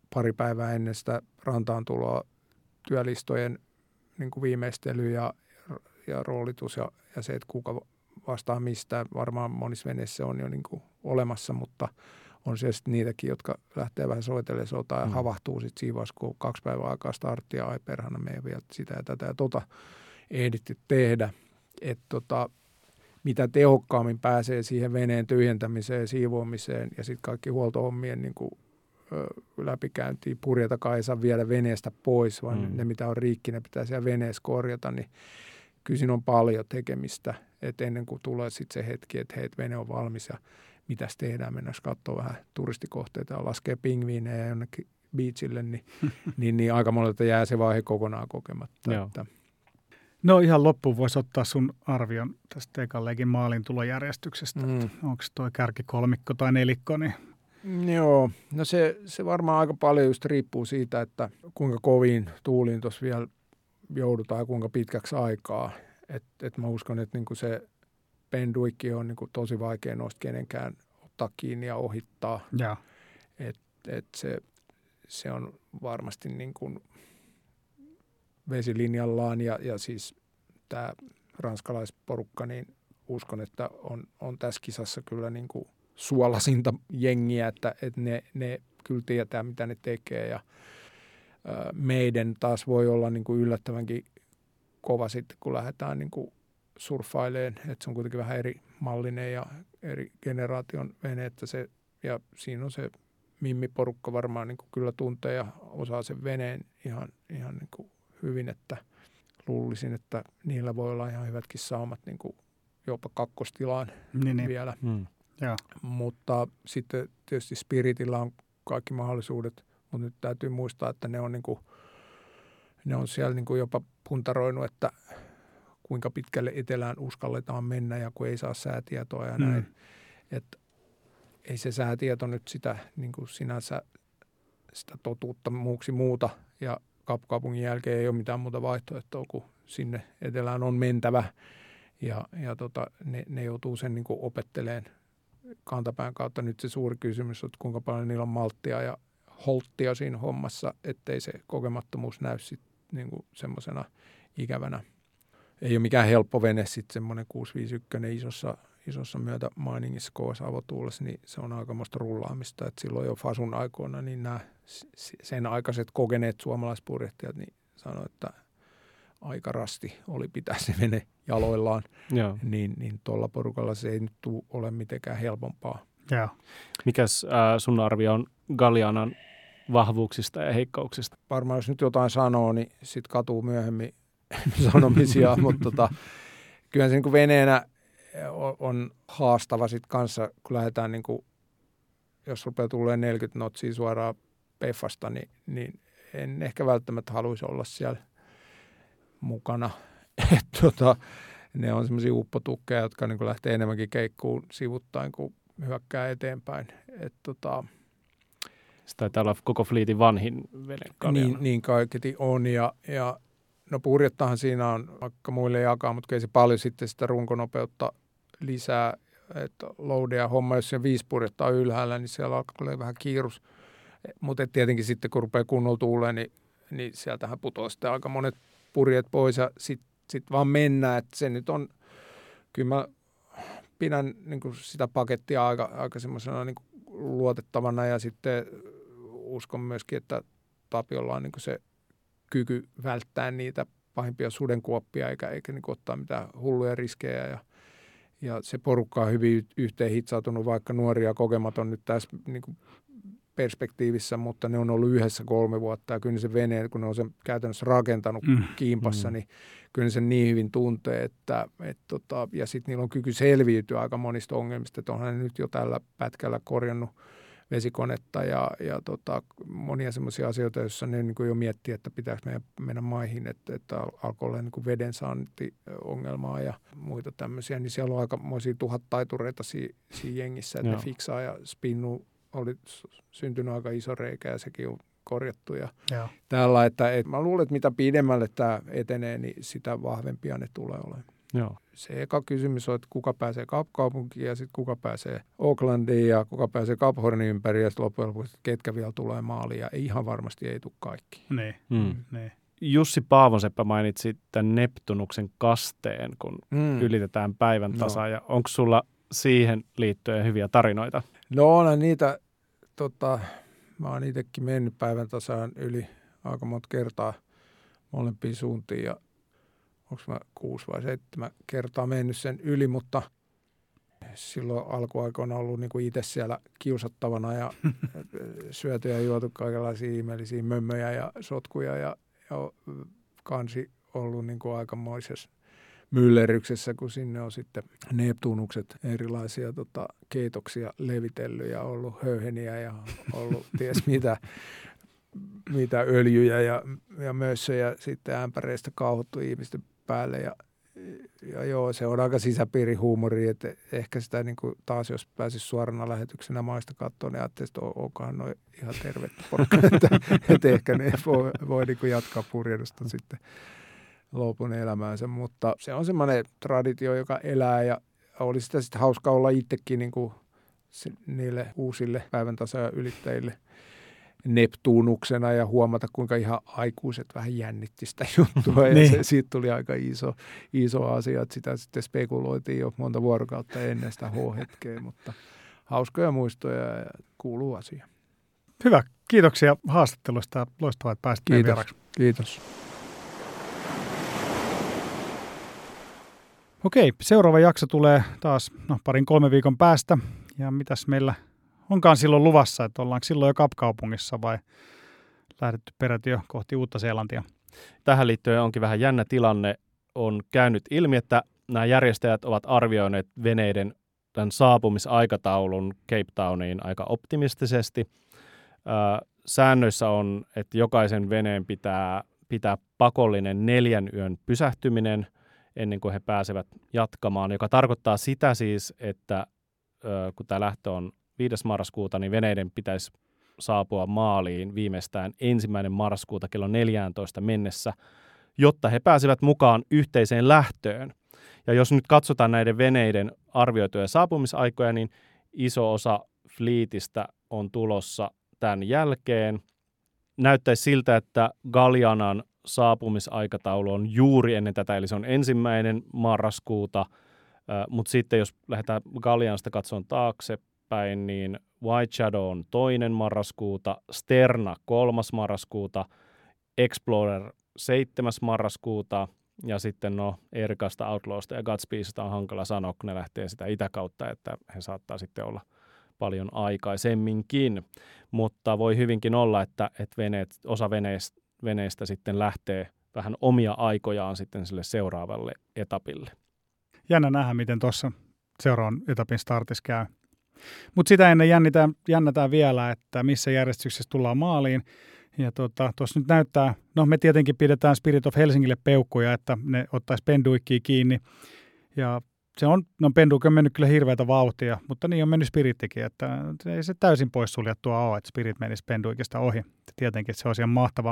pari päivää ennen sitä rantaan tuloa työlistojen niin kuin viimeistely ja, ja roolitus ja, ja se, että kuka vastaa mistä. Varmaan monissa veneissä on jo niin kuin olemassa, mutta on siellä sitten niitäkin, jotka lähtee vähän soitelemaan sotaa ja mm. havahtuu sitten siinä vaiheessa, kun kaksi päivää aikaa starttia, ai perhana, me ei vielä sitä ja tätä ja tota ehditty tehdä. Että tota, mitä tehokkaammin pääsee siihen veneen tyhjentämiseen, siivoamiseen ja sitten kaikki huoltohommien niin kuin, ö, läpikäyntiin, purjetakaan ei saa viedä veneestä pois, vaan mm. ne mitä on rikki, ne pitää siellä veneessä korjata, niin kyllä siinä on paljon tekemistä, että ennen kuin tulee sitten se hetki, että hei, vene on valmis ja mitäs tehdään, mennään katsoa vähän turistikohteita ja laskee pingviinejä jonnekin beachille, niin, niin, niin aika monelta jää se vaihe kokonaan kokematta. Että. No ihan loppuun voisi ottaa sun arvion tästä ekan legin maalin tulojärjestyksestä. Mm. Onko toi kärkikolmikko tai nelikko? Niin... Joo, no se, se varmaan aika paljon just riippuu siitä, että kuinka koviin tuuliin tuossa vielä joudutaan ja kuinka pitkäksi aikaa. Et, et mä uskon, että niinku se penduikki on niinku tosi vaikea noista kenenkään ottaa kiinni ja ohittaa. Ja. Et, et se, se on varmasti niinku vesilinjallaan ja, ja siis tämä ranskalaisporukka, niin uskon, että on, on tässä kisassa kyllä niinku suolasinta jengiä, että, että ne, ne kyllä tietää, mitä ne tekee ja ä, meidän taas voi olla niinku yllättävänkin kova sitten, kun lähdetään niinku surffaileen, että se on kuitenkin vähän eri mallinen ja eri generaation vene, että se, ja siinä on se mimmiporukka varmaan niinku kyllä tuntee ja osaa sen veneen ihan, ihan niinku hyvin, että luulisin, että niillä voi olla ihan hyvätkin saumat niinku jopa kakkostilaan niin, niin. vielä. Hmm. Ja. Mutta sitten tietysti Spiritillä on kaikki mahdollisuudet, mutta nyt täytyy muistaa, että ne on, niinku, ne on siellä niinku jopa puntaroinut, että kuinka pitkälle etelään uskalletaan mennä ja kun ei saa säätietoa ja näin. Hmm. Että ei se säätieto nyt sitä niinku sinänsä sitä totuutta muuksi muuta ja kaupungin jälkeen ei ole mitään muuta vaihtoehtoa kuin sinne etelään on mentävä ja, ja tota, ne, ne joutuu sen niin kuin opettelemaan kantapään kautta. Nyt se suuri kysymys on, että kuinka paljon niillä on malttia ja holttia siinä hommassa, ettei se kokemattomuus näy sitten niin kuin semmoisena ikävänä. Ei ole mikään helppo vene sitten semmoinen kuusi viisi yksi isossa, isossa myötä mainingissa kovassa avotuulessa, niin se on aikamoista rullaamista. Et silloin jo Fasun aikoina niin nämä sen aikaiset kokeneet suomalaispurjehtajat niin sanoi, että aika rasti oli pitää se vene jaloillaan, niin, niin tuolla porukalla se ei nyt tule ole mitenkään helpompaa. Ja. Mikäs äh, sun arvio on Galianan vahvuuksista ja heikkouksista? Varmaan jos nyt jotain sanoo, niin sitten katuu myöhemmin sanomisia, mutta tota, kyllähän se niin kuin veneenä on, on haastava sitten kanssa, kun lähdetään, niin kuin, jos rupeaa tulemaan neljäkymmentä notsia suoraan peffasta, niin, niin en ehkä välttämättä haluaisi olla siellä mukana. Et, tota, ne on semmoisia uppotukkeja, jotka niin kuin lähtee enemmänkin keikkuun sivuttain kuin hyökkää eteenpäin. Et, tota, se taitaa olla koko fliitin vanhin vene Galiana. Niin, niin kaiketi on ja, ja no purjettahan siinä on vaikka muille jakaa, mutta ei se paljon sitten sitä runkonopeutta lisää, että loadia homma, jos siellä viisi purjetta on ylhäällä, niin siellä alkaa olla vähän kiirus. Mutta tietenkin sitten kun rupeaa kunnolla tuuleen, niin, niin sieltähän putoaa sitten aika monet purjeet pois ja sitten sit vaan mennään. Että se nyt on, kyllä mä pidän niin kuin sitä pakettia aika, aika semmoisena niin kuin luotettavana ja sitten uskon myöskin, että Tapiolla on niin kuin se kyky välttää niitä pahimpia sudenkuoppia eikä, eikä niin kuin ottaa mitään hulluja riskejä ja, ja se porukka on hyvin yhteen hitsautunut, vaikka nuoria kokematon nyt tässä niin kuin perspektiivissä, mutta ne on ollut yhdessä kolme vuotta ja kyllä se veneen, kun ne on sen käytännössä rakentanut mm. kiimpassa, mm. niin kyllä se niin hyvin tuntee, että et tota, ja sitten niillä on kyky selviytyä aika monista ongelmista, että onhan ne nyt jo tällä pätkällä korjannut vesikonetta ja, ja tota, monia semmoisia asioita, joissa ne niin kuin jo miettii, että pitääkö meidän mennä maihin, että, että alkoi olla niin kuin veden saantiongelmaa ja muita tämmöisiä, niin siellä on aikamoisia tuhat taitureita siinä si jengissä, että Joo. ne fiksaa ja spinnu oli syntynyt aika iso reikä ja sekin on korjattu ja tällä, että et, mä luulen, että mitä pidemmälle tämä etenee, niin sitä vahvempia ne tulee olemaan. Joo. Se eka kysymys on, että kuka pääsee Kapkaupunkiin ja sitten kuka pääsee Aucklandiin ja kuka pääsee Cap Hornin ympäri ja sitten loppujen lopuksi, ketkä vielä tulee maaliin ja ihan varmasti ei tule kaikki. Niin, Mm. niin. Jussi Paavonseppä mainitsi tämän Neptunuksen kasteen, kun Mm. ylitetään päivän No. tasa. Ja onko sulla siihen liittyen hyviä tarinoita? No onhan niitä, tota, mä oon itsekin mennyt päivän tasaan yli aika monta kertaa molempiin suuntiin ja onko mä kuusi vai seitsemän kertaa mennyt sen yli, mutta silloin alkuaikoina ollut niin kuin itse siellä kiusattavana ja syöty ja juotu kaikenlaisia ihmeellisiä mömmöjä ja sotkuja ja, ja kansi ollut niin kuin aikamoisessa myllerryksessä, kun sinne on sitten Neptunukset erilaisia tota, keitoksia levitellyt ja ollut höyheniä ja ollut ties mitä, mitä öljyjä ja, ja mössöjä sitten ämpäreistä kauhottu ihmisten päälle ja, ja joo, se on aika sisäpiirihuumori, että ehkä sitä niin kuin taas, jos pääsisi suorana lähetyksenä maista katsoa, niin ajattelisi, että onkohan noin ihan tervettä porukka, että, että ehkä ne voi, voi niin kuin jatkaa purjehdusta sitten lopun elämäänsä, mutta se on semmoinen traditio, joka elää ja oli sitä sitten hauska olla itsekin niin kuin niille uusille päivän tasa ylittäjille Neptunuksena ja huomata, kuinka ihan aikuiset vähän jännitti sitä juttua ja Niin. se, siitä tuli aika iso, iso asia, että sitä sitten spekuloitiin jo monta vuorokautta ennen sitä H-hetkeä, mutta hauskoja muistoja ja kuuluu asia. Hyvä. Kiitoksia haastattelusta. Loistavaa, että pääsit meidän Kiitos. vieraksi. Kiitos. Okei, seuraava jakso tulee taas no, parin kolme viikon päästä. Ja mitäs meillä onkaan silloin luvassa, että ollaanko silloin jo Kapkaupungissa vai lähdetty peräti jo kohti Uutta-Seelantia? Tähän liittyen onkin vähän jännä tilanne. On käynyt ilmi, että nämä järjestäjät ovat arvioineet veneiden tämän saapumisaikataulun Cape Towniin aika optimistisesti. Ö, säännöissä on, että jokaisen veneen pitää pitää pakollinen neljän yön pysähtyminen ennen kuin he pääsevät jatkamaan, joka tarkoittaa sitä siis, että ö, kun tämä lähtö on viides marraskuuta, niin veneiden pitäisi saapua maaliin viimeistään ensimmäinen marraskuuta kello neljätoista mennessä, jotta he pääsevät mukaan yhteiseen lähtöön. Ja jos nyt katsotaan näiden veneiden arvioituja saapumisaikoja, niin iso osa fliitistä on tulossa tämän jälkeen. Näyttäisi siltä, että Galianan saapumisaikataulu on juuri ennen tätä, eli se on ensimmäinen marraskuuta, mutta sitten jos lähdetään Galianasta katsomaan taaksepäin, niin White Shadow on toinen marraskuuta, Sterna kolmas marraskuuta, Explorer seitsemäs marraskuuta ja sitten no Erikasta, Outlawsta ja Godspeedista on hankala sanoa, kun ne lähtee sitä itäkautta, että he saattaa sitten olla paljon aikaisemminkin, mutta voi hyvinkin olla, että, että veneet, osa veneistä, veneistä sitten lähtee vähän omia aikojaan sitten sille seuraavalle etapille. Jännä nähdä, miten tuossa seuraavan etapin startissa käy. Mutta sitä ennen jännitään, jännätään vielä, että missä järjestyksessä tullaan maaliin. Ja tuossa tota, nyt näyttää, no me tietenkin pidetään Spirit of Helsingille peukkuja, että ne ottaisi penduikkiä kiinni. Ja se on, no penduikki on mennyt kyllä hirveätä vauhtia, mutta niin on mennyt Spirittikin, että ei se täysin poissuljettua ole, että Spirit menisi penduikista ohi. Tietenkin se olisi ihan mahtavaa.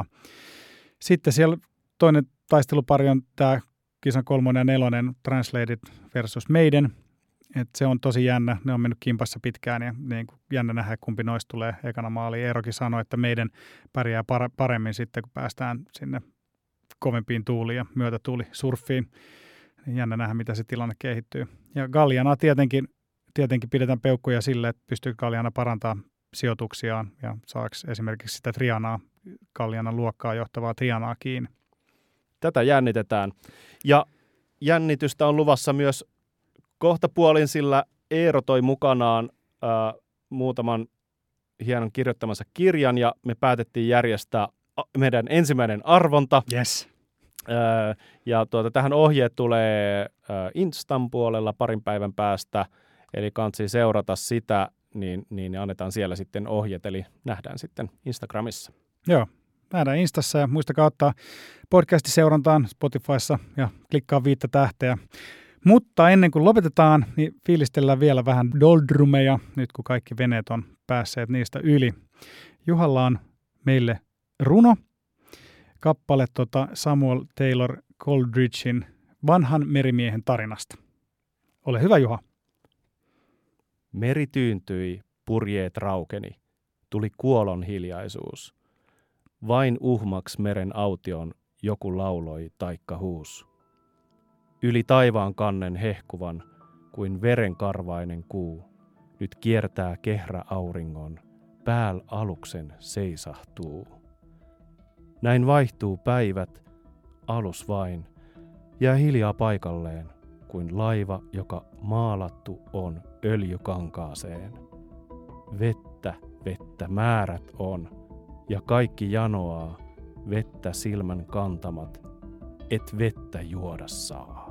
Sitten siellä toinen taistelupari on tämä kisan kolmonen ja nelonen Translated versus Maiden. Et se on tosi jännä. Ne on mennyt kimpassa pitkään ja niin kuin jännä nähdä, kumpi noista tulee ekana maaliin. Eerokin sanoi, että meidän pärjää paremmin sitten, kun päästään sinne kovempiin tuuliin ja myötätuulisurffiin. Jännä nähdä, mitä se tilanne kehittyy. Ja Galliana tietenkin, tietenkin pidetään peukkuja sille, että pystyy Galliana parantaa sijoituksiaan ja saako esimerkiksi sitä Trianaa, Gallianan luokkaa johtavaa Trianaa kiinni. Tätä jännitetään. Ja jännitystä on luvassa myös kohtapuolin, sillä Eero toi mukanaan ää, muutaman hienon kirjoittamansa kirjan ja me päätettiin järjestää meidän ensimmäinen arvonta. Yes. Ää, ja tuota, tähän ohjeet tulee ää, Instan puolella parin päivän päästä, eli kansi seurata sitä, niin, niin annetaan siellä sitten ohjeet, eli nähdään sitten Instagramissa. Joo, nähdään Instassa ja muistakaa ottaa podcasti seurantaan Spotifyssa ja klikkaa viittä tähteä. Mutta ennen kuin lopetetaan, niin fiilistellään vielä vähän doldrumeja, nyt kun kaikki veneet on päässeet niistä yli. Juhalla on meille runo, kappale tota Samuel Taylor Coleridgein vanhan merimiehen tarinasta. Ole hyvä, Juha. Meri tyyntyi, purjeet raukeni. Tuli kuolon hiljaisuus. Vain uhmaks meren aution joku lauloi taikka huus. Yli taivaan kannen hehkuvan, kuin verenkarvainen kuu, nyt kiertää kehrä auringon, pääl aluksen seisahtuu. Näin vaihtuu päivät, alus vain, jää hiljaa paikalleen, kuin laiva, joka maalattu on öljykankaaseen. Vettä, vettä määrät on, ja kaikki janoaa, vettä silmän kantamat, et vettä juoda saa.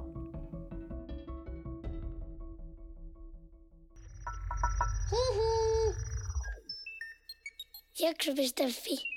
Jakso piste fi